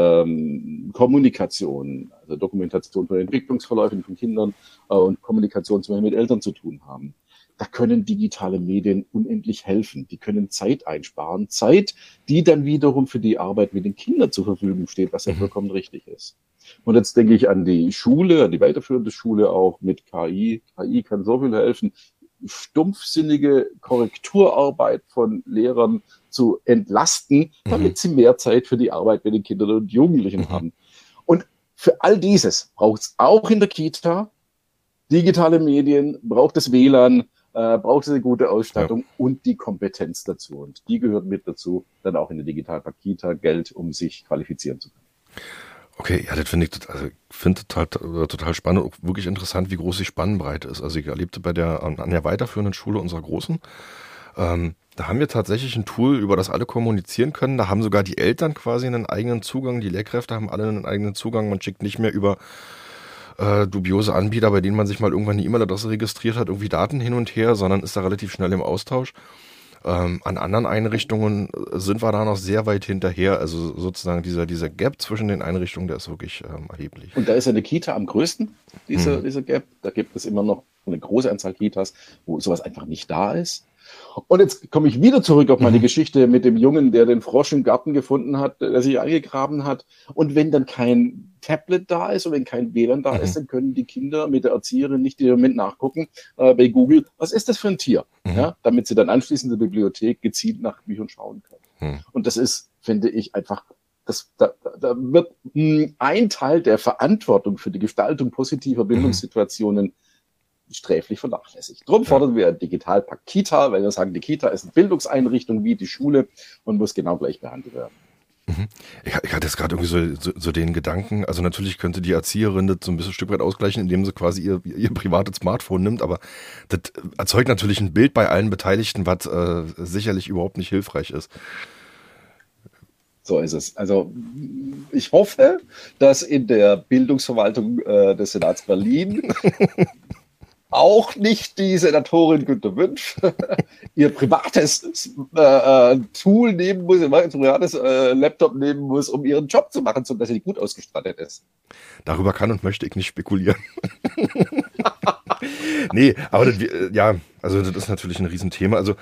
Kommunikation, also Dokumentation von Entwicklungsverläufen von Kindern und Kommunikation zum Beispiel mit Eltern zu tun haben. Da können digitale Medien unendlich helfen. Die können Zeit einsparen. Zeit, die dann wiederum für die Arbeit mit den Kindern zur Verfügung steht, was ja vollkommen richtig ist. Und jetzt denke ich an die Schule, an die weiterführende Schule auch mit KI. KI kann so viel helfen, stumpfsinnige Korrekturarbeit von Lehrern zu entlasten, damit sie mehr Zeit für die Arbeit mit den Kindern und Jugendlichen haben. Und für all dieses braucht es auch in der Kita digitale Medien, braucht es WLAN, braucht es eine gute Ausstattung und die Kompetenz dazu. Und die gehört mit dazu, dann auch in der digitalen Kita Geld, um sich qualifizieren zu können. Okay, ja, das finde ich total spannend und auch wirklich interessant, wie groß die Spannbreite ist. Also ich erlebte an der weiterführenden Schule unserer Großen, da haben wir tatsächlich ein Tool, über das alle kommunizieren können. Da haben sogar die Eltern quasi einen eigenen Zugang, die Lehrkräfte haben alle einen eigenen Zugang. Man schickt nicht mehr über dubiose Anbieter, bei denen man sich mal irgendwann eine E-Mail-Adresse registriert hat, irgendwie Daten hin und her, sondern ist da relativ schnell im Austausch. An anderen Einrichtungen sind wir da noch sehr weit hinterher. Also sozusagen dieser Gap zwischen den Einrichtungen, der ist wirklich erheblich. Und da ist eine Kita am größten, dieser Gap. Da gibt es immer noch eine große Anzahl Kitas, wo sowas einfach nicht da ist. Und jetzt komme ich wieder zurück auf meine Geschichte mit dem Jungen, der den Frosch im Garten gefunden hat, der sich eingegraben hat. Und wenn dann kein Tablet da ist und wenn kein WLAN da ist, dann können die Kinder mit der Erzieherin nicht im Moment nachgucken bei Google, was ist das für ein Tier? Ja, damit sie dann anschließend in der Bibliothek gezielt nach Büchern schauen können. Und das ist, finde ich, einfach, da wird ein Teil der Verantwortung für die Gestaltung positiver Bildungssituationen sträflich vernachlässigt. Darum fordern wir einen Digitalpakt Kita, weil wir sagen, die Kita ist eine Bildungseinrichtung wie die Schule und muss genau gleich behandelt werden. Ich hatte jetzt gerade irgendwie so den Gedanken, also natürlich könnte die Erzieherin das so ein bisschen Stück weit ausgleichen, indem sie quasi ihr privates Smartphone nimmt, aber das erzeugt natürlich ein Bild bei allen Beteiligten, was sicherlich überhaupt nicht hilfreich ist. So ist es. Also ich hoffe, dass in der Bildungsverwaltung des Senats Berlin auch nicht die Senatorin Günter Wünsch ihr privates Tool nehmen muss, ihr privates Laptop nehmen muss, um ihren Job zu machen, sodass sie gut ausgestattet ist. Darüber kann und möchte ich nicht spekulieren. Nee, aber also das ist natürlich ein Riesenthema. Also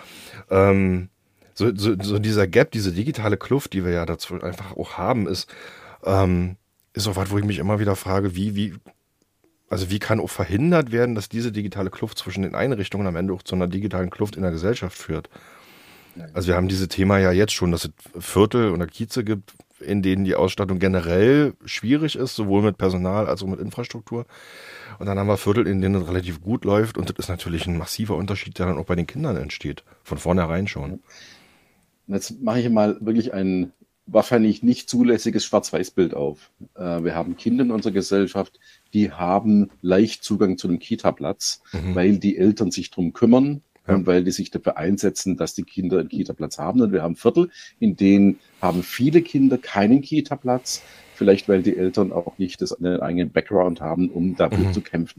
so dieser Gap, diese digitale Kluft, die wir ja dazu einfach auch haben, ist auch was, wo ich mich immer wieder frage, wie kann auch verhindert werden, dass diese digitale Kluft zwischen den Einrichtungen am Ende auch zu einer digitalen Kluft in der Gesellschaft führt? Also wir haben dieses Thema ja jetzt schon, dass es Viertel oder Kieze gibt, in denen die Ausstattung generell schwierig ist, sowohl mit Personal als auch mit Infrastruktur. Und dann haben wir Viertel, in denen es relativ gut läuft. Und das ist natürlich ein massiver Unterschied, der dann auch bei den Kindern entsteht. Von vornherein schon. Jetzt mache ich mal wirklich ein wahrscheinlich nicht zulässiges Schwarz-Weiß-Bild auf. Wir haben Kinder in unserer Gesellschaft, die haben leicht Zugang zu einem Kita-Platz, weil die Eltern sich drum kümmern und weil die sich dafür einsetzen, dass die Kinder einen Kita-Platz haben. Und wir haben Viertel, in denen haben viele Kinder keinen Kita-Platz, vielleicht weil die Eltern auch nicht einen eigenen Background haben, um dafür zu kämpfen.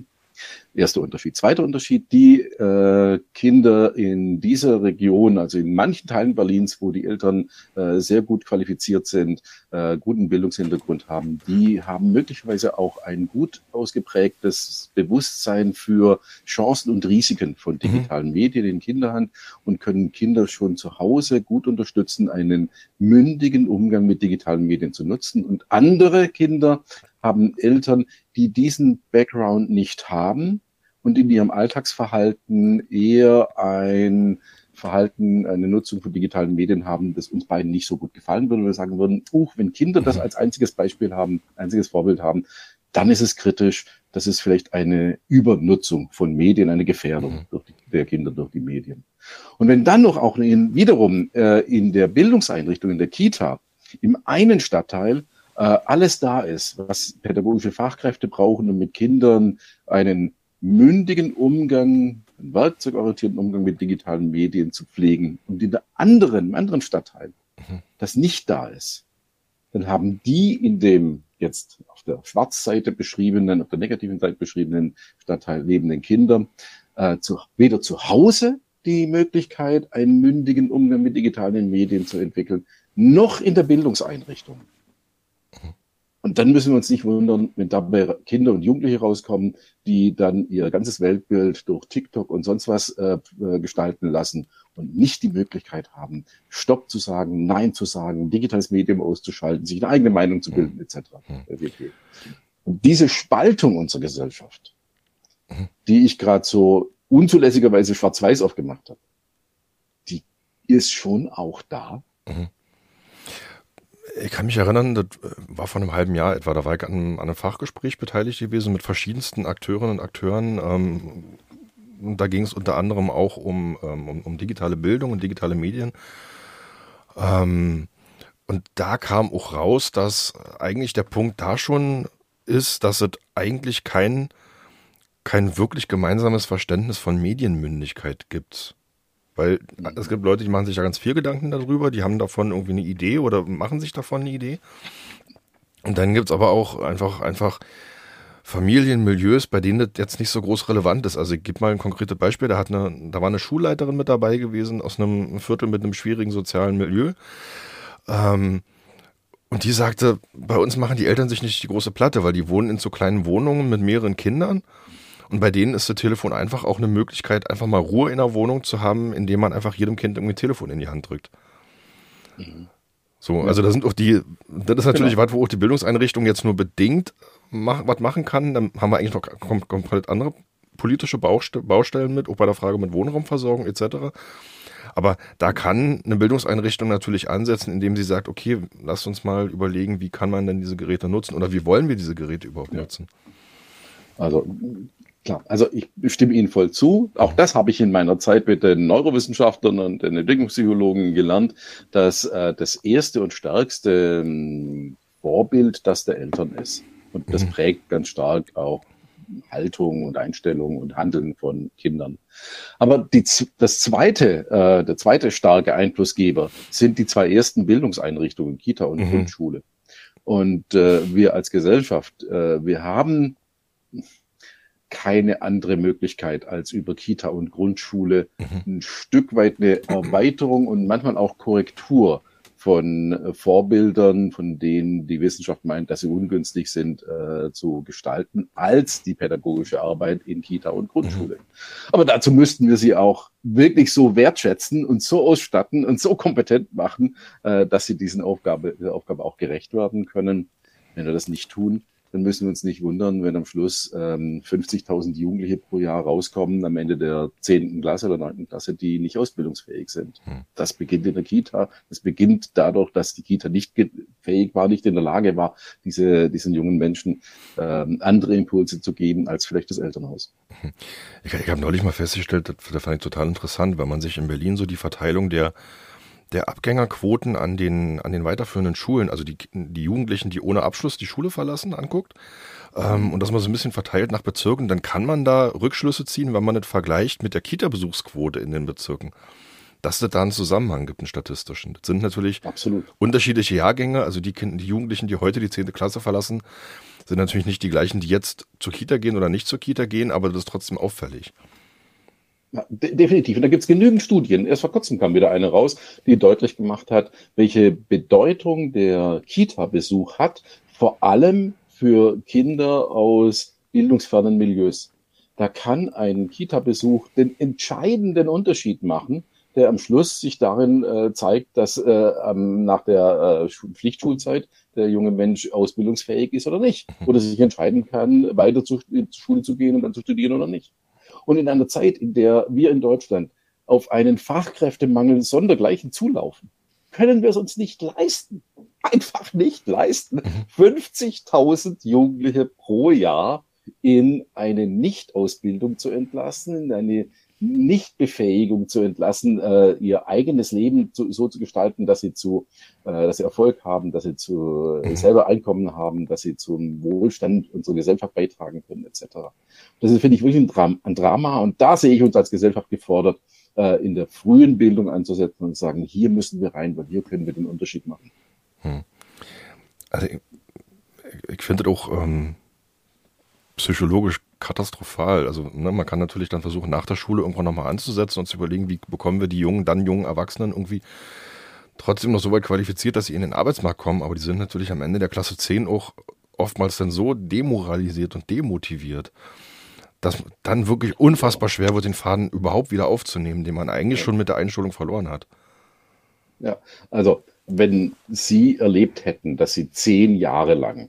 Erster Unterschied. Zweiter Unterschied, die Kinder in dieser Region, also in manchen Teilen Berlins, wo die Eltern sehr gut qualifiziert sind, guten Bildungshintergrund haben, die haben möglicherweise auch ein gut ausgeprägtes Bewusstsein für Chancen und Risiken von digitalen Medien in Kinderhand und können Kinder schon zu Hause gut unterstützen, einen mündigen Umgang mit digitalen Medien zu nutzen. Und andere Kinder haben Eltern, die diesen Background nicht haben und in ihrem Alltagsverhalten eher ein Verhalten, eine Nutzung von digitalen Medien haben, das uns beiden nicht so gut gefallen würde. Wir sagen würden, wenn Kinder das als einziges Beispiel haben, einziges Vorbild haben, dann ist es kritisch. Das ist vielleicht eine Übernutzung von Medien, eine Gefährdung der Kinder durch die Medien. Und wenn dann noch auch wiederum in der Bildungseinrichtung, in der Kita, im einen Stadtteil alles da ist, was pädagogische Fachkräfte brauchen, um mit Kindern einen mündigen Umgang, einen werkzeugorientierten Umgang mit digitalen Medien zu pflegen und im anderen Stadtteil das nicht da ist, dann haben die in dem jetzt auf der Schwarzseite beschriebenen, auf der negativen Seite beschriebenen Stadtteil lebenden Kinder weder zu Hause die Möglichkeit, einen mündigen Umgang mit digitalen Medien zu entwickeln, noch in der Bildungseinrichtung. Und dann müssen wir uns nicht wundern, wenn dabei Kinder und Jugendliche rauskommen, die dann ihr ganzes Weltbild durch TikTok und sonst was gestalten lassen und nicht die Möglichkeit haben, Stopp zu sagen, Nein zu sagen, digitales Medium auszuschalten, sich eine eigene Meinung zu bilden, etc. Und diese Spaltung unserer Gesellschaft, die ich gerade so unzulässigerweise schwarz-weiß aufgemacht habe, die ist schon auch da. Ich kann mich erinnern, das war vor einem halben Jahr etwa, da war ich an einem Fachgespräch beteiligt gewesen mit verschiedensten Akteurinnen und Akteuren. Da ging es unter anderem auch um digitale Bildung und digitale Medien. Und da kam auch raus, dass eigentlich der Punkt da schon ist, dass es eigentlich kein wirklich gemeinsames Verständnis von Medienmündigkeit gibt. Weil es gibt Leute, die machen sich ja ganz viel Gedanken darüber, die haben davon irgendwie eine Idee oder machen sich davon eine Idee. Und dann gibt es aber auch einfach Familienmilieus, bei denen das jetzt nicht so groß relevant ist. Also ich gebe mal ein konkretes Beispiel, da war eine Schulleiterin mit dabei gewesen aus einem Viertel mit einem schwierigen sozialen Milieu. Und die sagte, bei uns machen die Eltern sich nicht die große Platte, weil die wohnen in so kleinen Wohnungen mit mehreren Kindern. Und bei denen ist das Telefon einfach auch eine Möglichkeit, einfach mal Ruhe in der Wohnung zu haben, indem man einfach jedem Kind irgendwie ein Telefon in die Hand drückt. So, also das ist natürlich was, wo auch die Bildungseinrichtung jetzt nur bedingt was machen kann. Dann haben wir eigentlich noch komplett andere politische Baustellen mit, auch bei der Frage mit Wohnraumversorgung etc. Aber da kann eine Bildungseinrichtung natürlich ansetzen, indem sie sagt, okay, lasst uns mal überlegen, wie kann man denn diese Geräte nutzen oder wie wollen wir diese Geräte überhaupt nutzen? Also klar, also ich stimme Ihnen voll zu. Auch das habe ich in meiner Zeit mit den Neurowissenschaftlern und den Entwicklungspsychologen gelernt, dass das erste und stärkste Vorbild das der Eltern ist. Und das prägt ganz stark auch Haltung und Einstellung und Handeln von Kindern. Aber der zweite starke Einflussgeber sind die zwei ersten Bildungseinrichtungen, Kita und Grundschule. Und wir als Gesellschaft, wir haben keine andere Möglichkeit, als über Kita und Grundschule ein Stück weit eine Erweiterung und manchmal auch Korrektur von Vorbildern, von denen die Wissenschaft meint, dass sie ungünstig sind, zu gestalten, als die pädagogische Arbeit in Kita und Grundschule. Aber dazu müssten wir sie auch wirklich so wertschätzen und so ausstatten und so kompetent machen, dass sie dieser Aufgabe auch gerecht werden können. Wenn wir das nicht tun, dann müssen wir uns nicht wundern, wenn am Schluss 50.000 Jugendliche pro Jahr rauskommen, am Ende der 10. Klasse oder 9. Klasse, die nicht ausbildungsfähig sind. Das beginnt in der Kita. Das beginnt dadurch, dass die Kita nicht fähig war, nicht in der Lage war, diesen jungen Menschen andere Impulse zu geben als vielleicht das Elternhaus. Ich habe neulich mal festgestellt, das fand ich total interessant, weil man sich in Berlin so die Verteilung der Abgängerquoten an den weiterführenden Schulen, also die Jugendlichen, die ohne Abschluss die Schule verlassen, anguckt und das mal so ein bisschen verteilt nach Bezirken, dann kann man da Rückschlüsse ziehen, wenn man das vergleicht mit der Kita-Besuchsquote in den Bezirken. dass es da einen Zusammenhang gibt, einen statistischen. Das sind natürlich Absolut. unterschiedliche Jahrgänge, also die Jugendlichen, die heute die 10. Klasse verlassen, sind natürlich nicht die gleichen, die jetzt zur Kita gehen oder nicht zur Kita gehen, aber das ist trotzdem auffällig. Ja, definitiv. Und da gibt es genügend Studien. Erst vor kurzem kam wieder eine raus, die deutlich gemacht hat, welche Bedeutung der Kita-Besuch hat, vor allem für Kinder aus bildungsfernen Milieus. Da kann ein Kita-Besuch den entscheidenden Unterschied machen, der am Schluss sich darin zeigt, dass nach der Pflichtschulzeit der junge Mensch ausbildungsfähig ist oder nicht. Oder sich entscheiden kann, weiter zur Schule zu gehen und dann zu studieren oder nicht. Und in einer Zeit, in der wir in Deutschland auf einen Fachkräftemangel sondergleichen zulaufen, können wir es uns nicht leisten. Einfach nicht leisten. 50.000 Jugendliche pro Jahr in eine Nichtausbildung zu entlassen, in eine Nichtbefähigung zu entlassen, ihr eigenes Leben so zu gestalten, dass sie Erfolg haben, dass sie selber Einkommen haben, dass sie zum Wohlstand unserer Gesellschaft beitragen können, etc. Das ist, finde ich, wirklich ein Drama. Und da sehe ich uns als Gesellschaft gefordert, in der frühen Bildung anzusetzen und sagen, hier müssen wir rein, weil hier können wir den Unterschied machen. Also ich finde das auch psychologisch katastrophal. Also man kann natürlich dann versuchen, nach der Schule irgendwann nochmal anzusetzen und zu überlegen, wie bekommen wir die jungen Erwachsenen irgendwie trotzdem noch so weit qualifiziert, dass sie in den Arbeitsmarkt kommen. Aber die sind natürlich am Ende der Klasse 10 auch oftmals dann so demoralisiert und demotiviert, dass dann wirklich unfassbar schwer wird, den Faden überhaupt wieder aufzunehmen, den man eigentlich schon mit der Einschulung verloren hat. Ja, also wenn Sie erlebt hätten, dass Sie 10 Jahre lang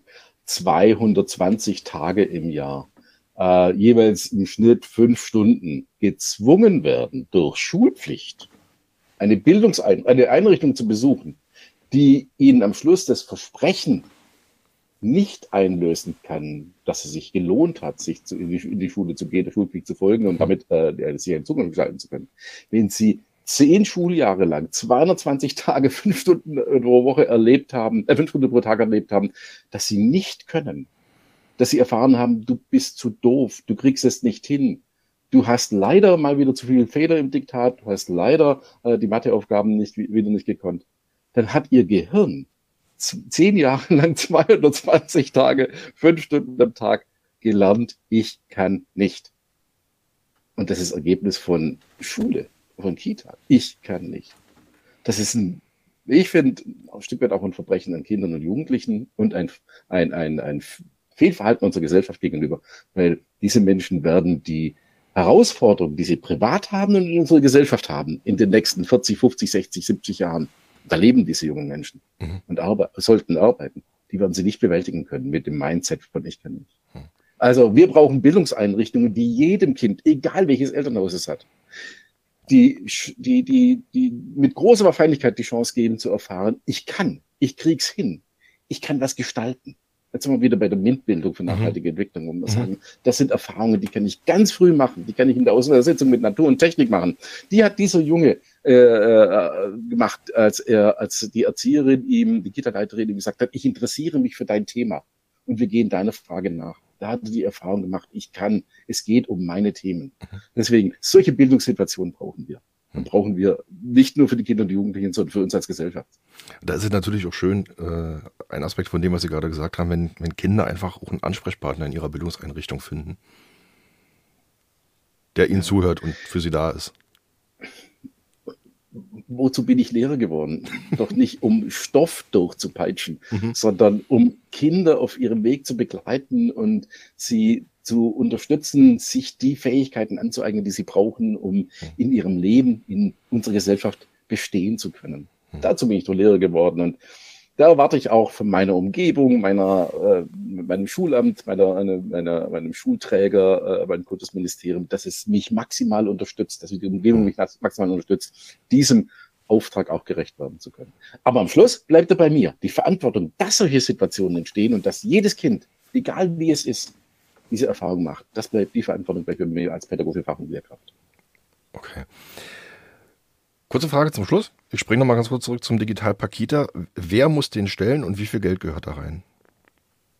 220 Tage im Jahr jeweils im Schnitt 5 Stunden gezwungen werden durch Schulpflicht, eine Einrichtung zu besuchen, die Ihnen am Schluss das Versprechen nicht einlösen kann, dass es sich gelohnt hat, in die Schule zu gehen, der Schulpflicht zu folgen und damit sich einen Zugang gestalten zu können. Wenn Sie 10 Schuljahre lang 220 Tage, 5 Stunden pro Woche 5 Stunden pro Tag erlebt haben, dass Sie nicht können, dass Sie erfahren haben, du bist zu doof, du kriegst es nicht hin. Du hast leider mal wieder zu viele Fehler im Diktat, du hast leider die Matheaufgaben wieder nicht gekonnt. Dann hat Ihr Gehirn 10 Jahre lang 220 Tage, 5 Stunden am Tag gelernt, ich kann nicht. Und das ist Ergebnis von Schule, von Kita. Ich kann nicht. Das ist ich finde, ein Stück weit auch ein Verbrechen an Kindern und Jugendlichen und ein Fehlverhalten unserer Gesellschaft gegenüber, weil diese Menschen werden die Herausforderungen, die sie privat haben und in unserer Gesellschaft haben, in den nächsten 40, 50, 60, 70 Jahren, da leben diese jungen Menschen und sollten arbeiten. Die werden sie nicht bewältigen können mit dem Mindset von ich kann nicht. Also wir brauchen Bildungseinrichtungen, die jedem Kind, egal welches Elternhaus es hat, die mit großer Wahrscheinlichkeit die Chance geben zu erfahren, ich krieg's hin, ich kann was gestalten. Jetzt sind wir wieder bei der MINT-Bildung für nachhaltige Entwicklung, wo wir sagen, das sind Erfahrungen, die kann ich ganz früh machen, die kann ich in der Auseinandersetzung mit Natur und Technik machen. Die hat dieser Junge gemacht, als die Erzieherin die Kita-Leiterin ihm gesagt hat, ich interessiere mich für dein Thema und wir gehen deiner Frage nach. Da hat er die Erfahrung gemacht, es geht um meine Themen. Deswegen, solche Bildungssituationen brauchen wir. Und brauchen wir nicht nur für die Kinder und die Jugendlichen, sondern für uns als Gesellschaft. Da ist es natürlich auch schön, ein Aspekt von dem, was Sie gerade gesagt haben, wenn Kinder einfach auch einen Ansprechpartner in ihrer Bildungseinrichtung finden, der ihnen zuhört und für sie da ist. Wozu bin ich Lehrer geworden? Doch nicht, um Stoff durchzupeitschen, sondern um Kinder auf ihrem Weg zu begleiten und sie zu unterstützen, sich die Fähigkeiten anzueignen, die sie brauchen, um in ihrem Leben, in unserer Gesellschaft bestehen zu können. Dazu bin ich doch Lehrer geworden und da erwarte ich auch von meiner Umgebung, meinem Schulamt, meinem Schulträger, meinem Kultusministerium, dass es mich maximal unterstützt, dass die Umgebung mich maximal unterstützt, diesem Auftrag auch gerecht werden zu können. Aber am Schluss bleibt er bei mir. Die Verantwortung, dass solche Situationen entstehen und dass jedes Kind, egal wie es ist, diese Erfahrung macht. Die Verantwortung bleibt bei mir als Pädagoge, Fach- und Lehrkraft. Okay. Kurze Frage zum Schluss. Ich springe nochmal ganz kurz zurück zum Digitalpakt Kita. Wer muss den stellen und wie viel Geld gehört da rein?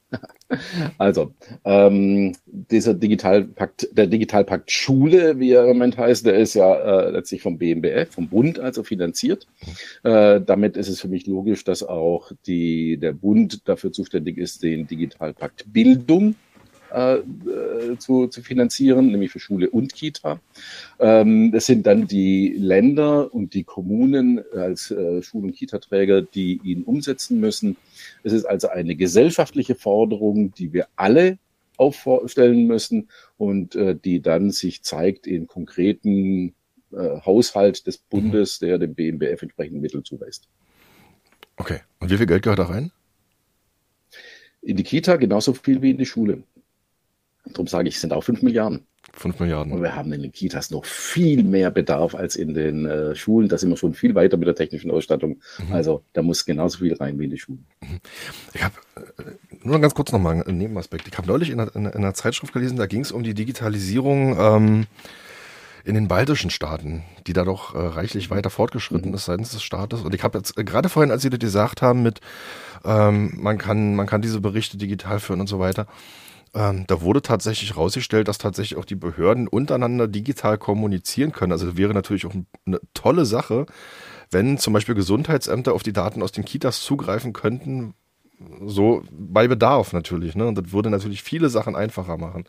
Also, dieser Digitalpakt, der Digitalpakt Schule, wie er im Moment heißt, der ist ja letztlich vom BMBF, vom Bund also finanziert. Damit ist es für mich logisch, dass auch der Bund dafür zuständig ist, den Digitalpakt Bildung zu finanzieren, nämlich für Schule und Kita. Das sind dann die Länder und die Kommunen als Schul- und Kita-Träger, die ihn umsetzen müssen. Es ist also eine gesellschaftliche Forderung, die wir alle aufstellen müssen und die dann sich zeigt in konkreten Haushalt des Bundes, der dem BMBF entsprechende Mittel zuweist. Okay. Und wie viel Geld gehört da rein? In die Kita genauso viel wie in die Schule. Darum sage ich, es sind auch 5 Milliarden. 5 Milliarden. Und wir haben in den Kitas noch viel mehr Bedarf als in den Schulen. Da sind wir schon viel weiter mit der technischen Ausstattung. Also da muss genauso viel rein wie in die Schulen. Ich habe nur ganz kurz nochmal einen Nebenaspekt. Ich habe neulich in einer Zeitschrift gelesen, da ging es um die Digitalisierung in den baltischen Staaten, die da doch reichlich weiter fortgeschritten ist seitens des Staates. Und ich habe jetzt gerade vorhin, als Sie das gesagt haben, mit man kann diese Berichte digital führen und so weiter, da wurde tatsächlich rausgestellt, dass tatsächlich auch die Behörden untereinander digital kommunizieren können. Also das wäre natürlich auch eine tolle Sache, wenn zum Beispiel Gesundheitsämter auf die Daten aus den Kitas zugreifen könnten, so bei Bedarf natürlich. Ne? Und das würde natürlich viele Sachen einfacher machen.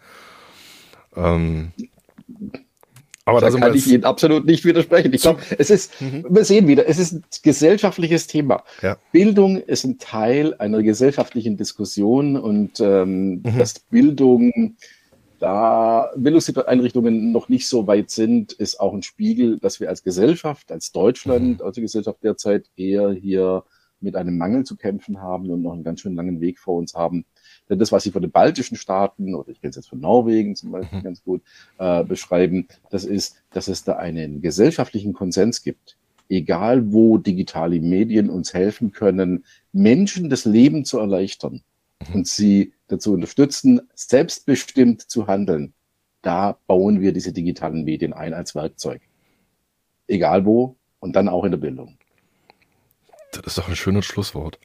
Aber da kann ich Ihnen absolut nicht widersprechen. Ich glaube, wir sehen wieder, es ist ein gesellschaftliches Thema. Ja. Bildung ist ein Teil einer gesellschaftlichen Diskussion und dass Bildung, da Bildungseinrichtungen noch nicht so weit sind, ist auch ein Spiegel, dass wir als Gesellschaft, als Deutschland, als Gesellschaft derzeit eher hier mit einem Mangel zu kämpfen haben und noch einen ganz schön langen Weg vor uns haben. Denn das, was Sie von den baltischen Staaten, oder ich kenne es jetzt von Norwegen zum Beispiel ganz gut, beschreiben, das ist, dass es da einen gesellschaftlichen Konsens gibt. Egal wo digitale Medien uns helfen können, Menschen das Leben zu erleichtern und sie dazu unterstützen, selbstbestimmt zu handeln, da bauen wir diese digitalen Medien ein als Werkzeug. Egal wo und dann auch in der Bildung. Das ist doch ein schönes Schlusswort.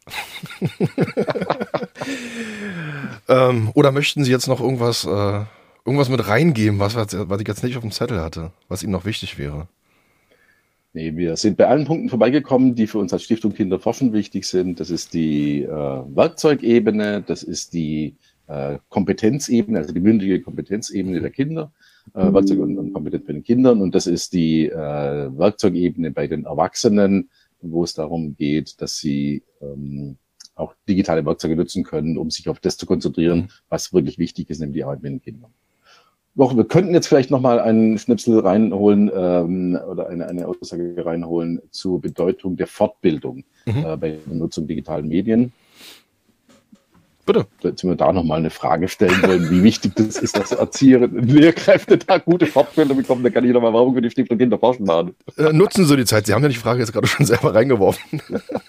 Oder möchten Sie jetzt noch irgendwas mit reingeben, was ich jetzt nicht auf dem Zettel hatte, was Ihnen noch wichtig wäre? Nee, wir sind bei allen Punkten vorbeigekommen, die für uns als Stiftung Kinder forschen wichtig sind. Das ist die Werkzeugebene, das ist die Kompetenzebene, also die mündige Kompetenzebene der Kinder, Werkzeug und Kompetenz bei den Kindern. Und das ist die Werkzeugebene bei den Erwachsenen, wo es darum geht, dass sie auch digitale Werkzeuge nutzen können, um sich auf das zu konzentrieren, was wirklich wichtig ist, nämlich die Arbeit mit den Kindern. Doch, wir könnten jetzt vielleicht nochmal einen Schnipsel reinholen oder eine Aussage reinholen zur Bedeutung der Fortbildung bei der Nutzung digitalen Medien. Bitte. Jetzt wir da nochmal eine Frage stellen wollen, wie wichtig das ist, dass Erzieher und Lehrkräfte da gute Fortbildung bekommen. Da kann ich nochmal Werbung für die Stiftung Kinder forschen machen. Nutzen Sie die Zeit. Sie haben ja die Frage jetzt gerade schon selber reingeworfen.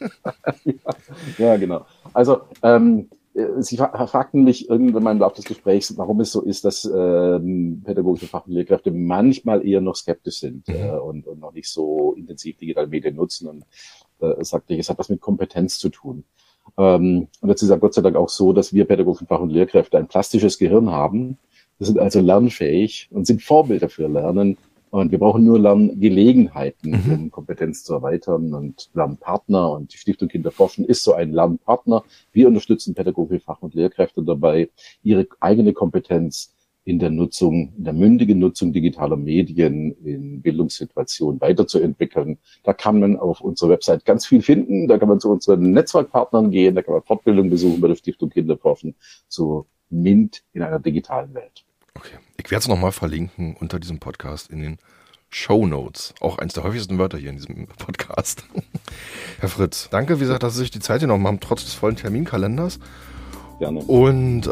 Ja, genau. Also, Sie fragten mich irgendwann mal im Laufe des Gesprächs, warum es so ist, dass pädagogische Fach- und Lehrkräfte manchmal eher noch skeptisch sind und noch nicht so intensiv digitale Medien nutzen. Und sagte ich, es hat was mit Kompetenz zu tun. Und jetzt ist ja Gott sei Dank auch so, dass wir pädagogische Fach- und Lehrkräfte ein plastisches Gehirn haben. Wir sind also lernfähig und sind Vorbilder für Lernen. Und wir brauchen nur Lerngelegenheiten, um Kompetenz zu erweitern und Lernpartner. Und die Stiftung Kinder forschen ist so ein Lernpartner. Wir unterstützen pädagogische Fach- und Lehrkräfte dabei, ihre eigene Kompetenz in der Nutzung, in der mündigen Nutzung digitaler Medien in Bildungssituationen weiterzuentwickeln. Da kann man auf unserer Website ganz viel finden. Da kann man zu unseren Netzwerkpartnern gehen. Da kann man Fortbildung besuchen bei der Stiftung Kinder forschen zu MINT in einer digitalen Welt. Okay. Ich werde es nochmal verlinken unter diesem Podcast in den Shownotes. Auch eins der häufigsten Wörter hier in diesem Podcast. Herr Fritz, danke, wie gesagt, dass Sie sich die Zeit genommen haben, trotz des vollen Terminkalenders. Gerne. Und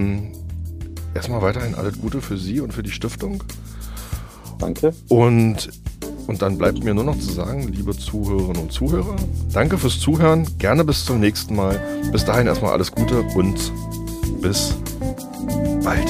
erstmal weiterhin alles Gute für Sie und für die Stiftung. Danke. Und dann bleibt mir nur noch zu sagen, liebe Zuhörerinnen und Zuhörer, danke fürs Zuhören. Gerne bis zum nächsten Mal. Bis dahin erstmal alles Gute und bis bald.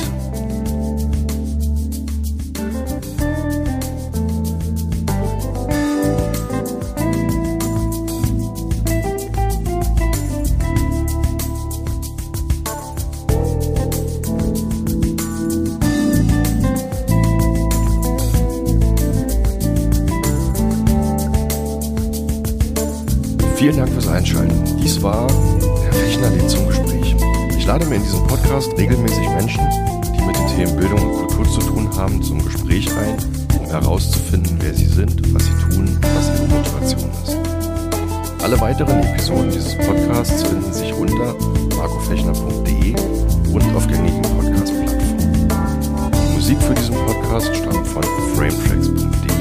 Vielen Dank fürs Einschalten. Dies war Herr Fechner lädt zum Gespräch. Ich lade mir in diesem Podcast regelmäßig Menschen, die mit den Themen Bildung und Kultur zu tun haben, zum Gespräch ein, um herauszufinden, wer sie sind, was sie tun, was ihre Motivation ist. Alle weiteren Episoden dieses Podcasts finden sich unter marcofechner.de und auf gängigen Podcast-Plattformen. Die Musik für diesen Podcast stammt von frametracks.de.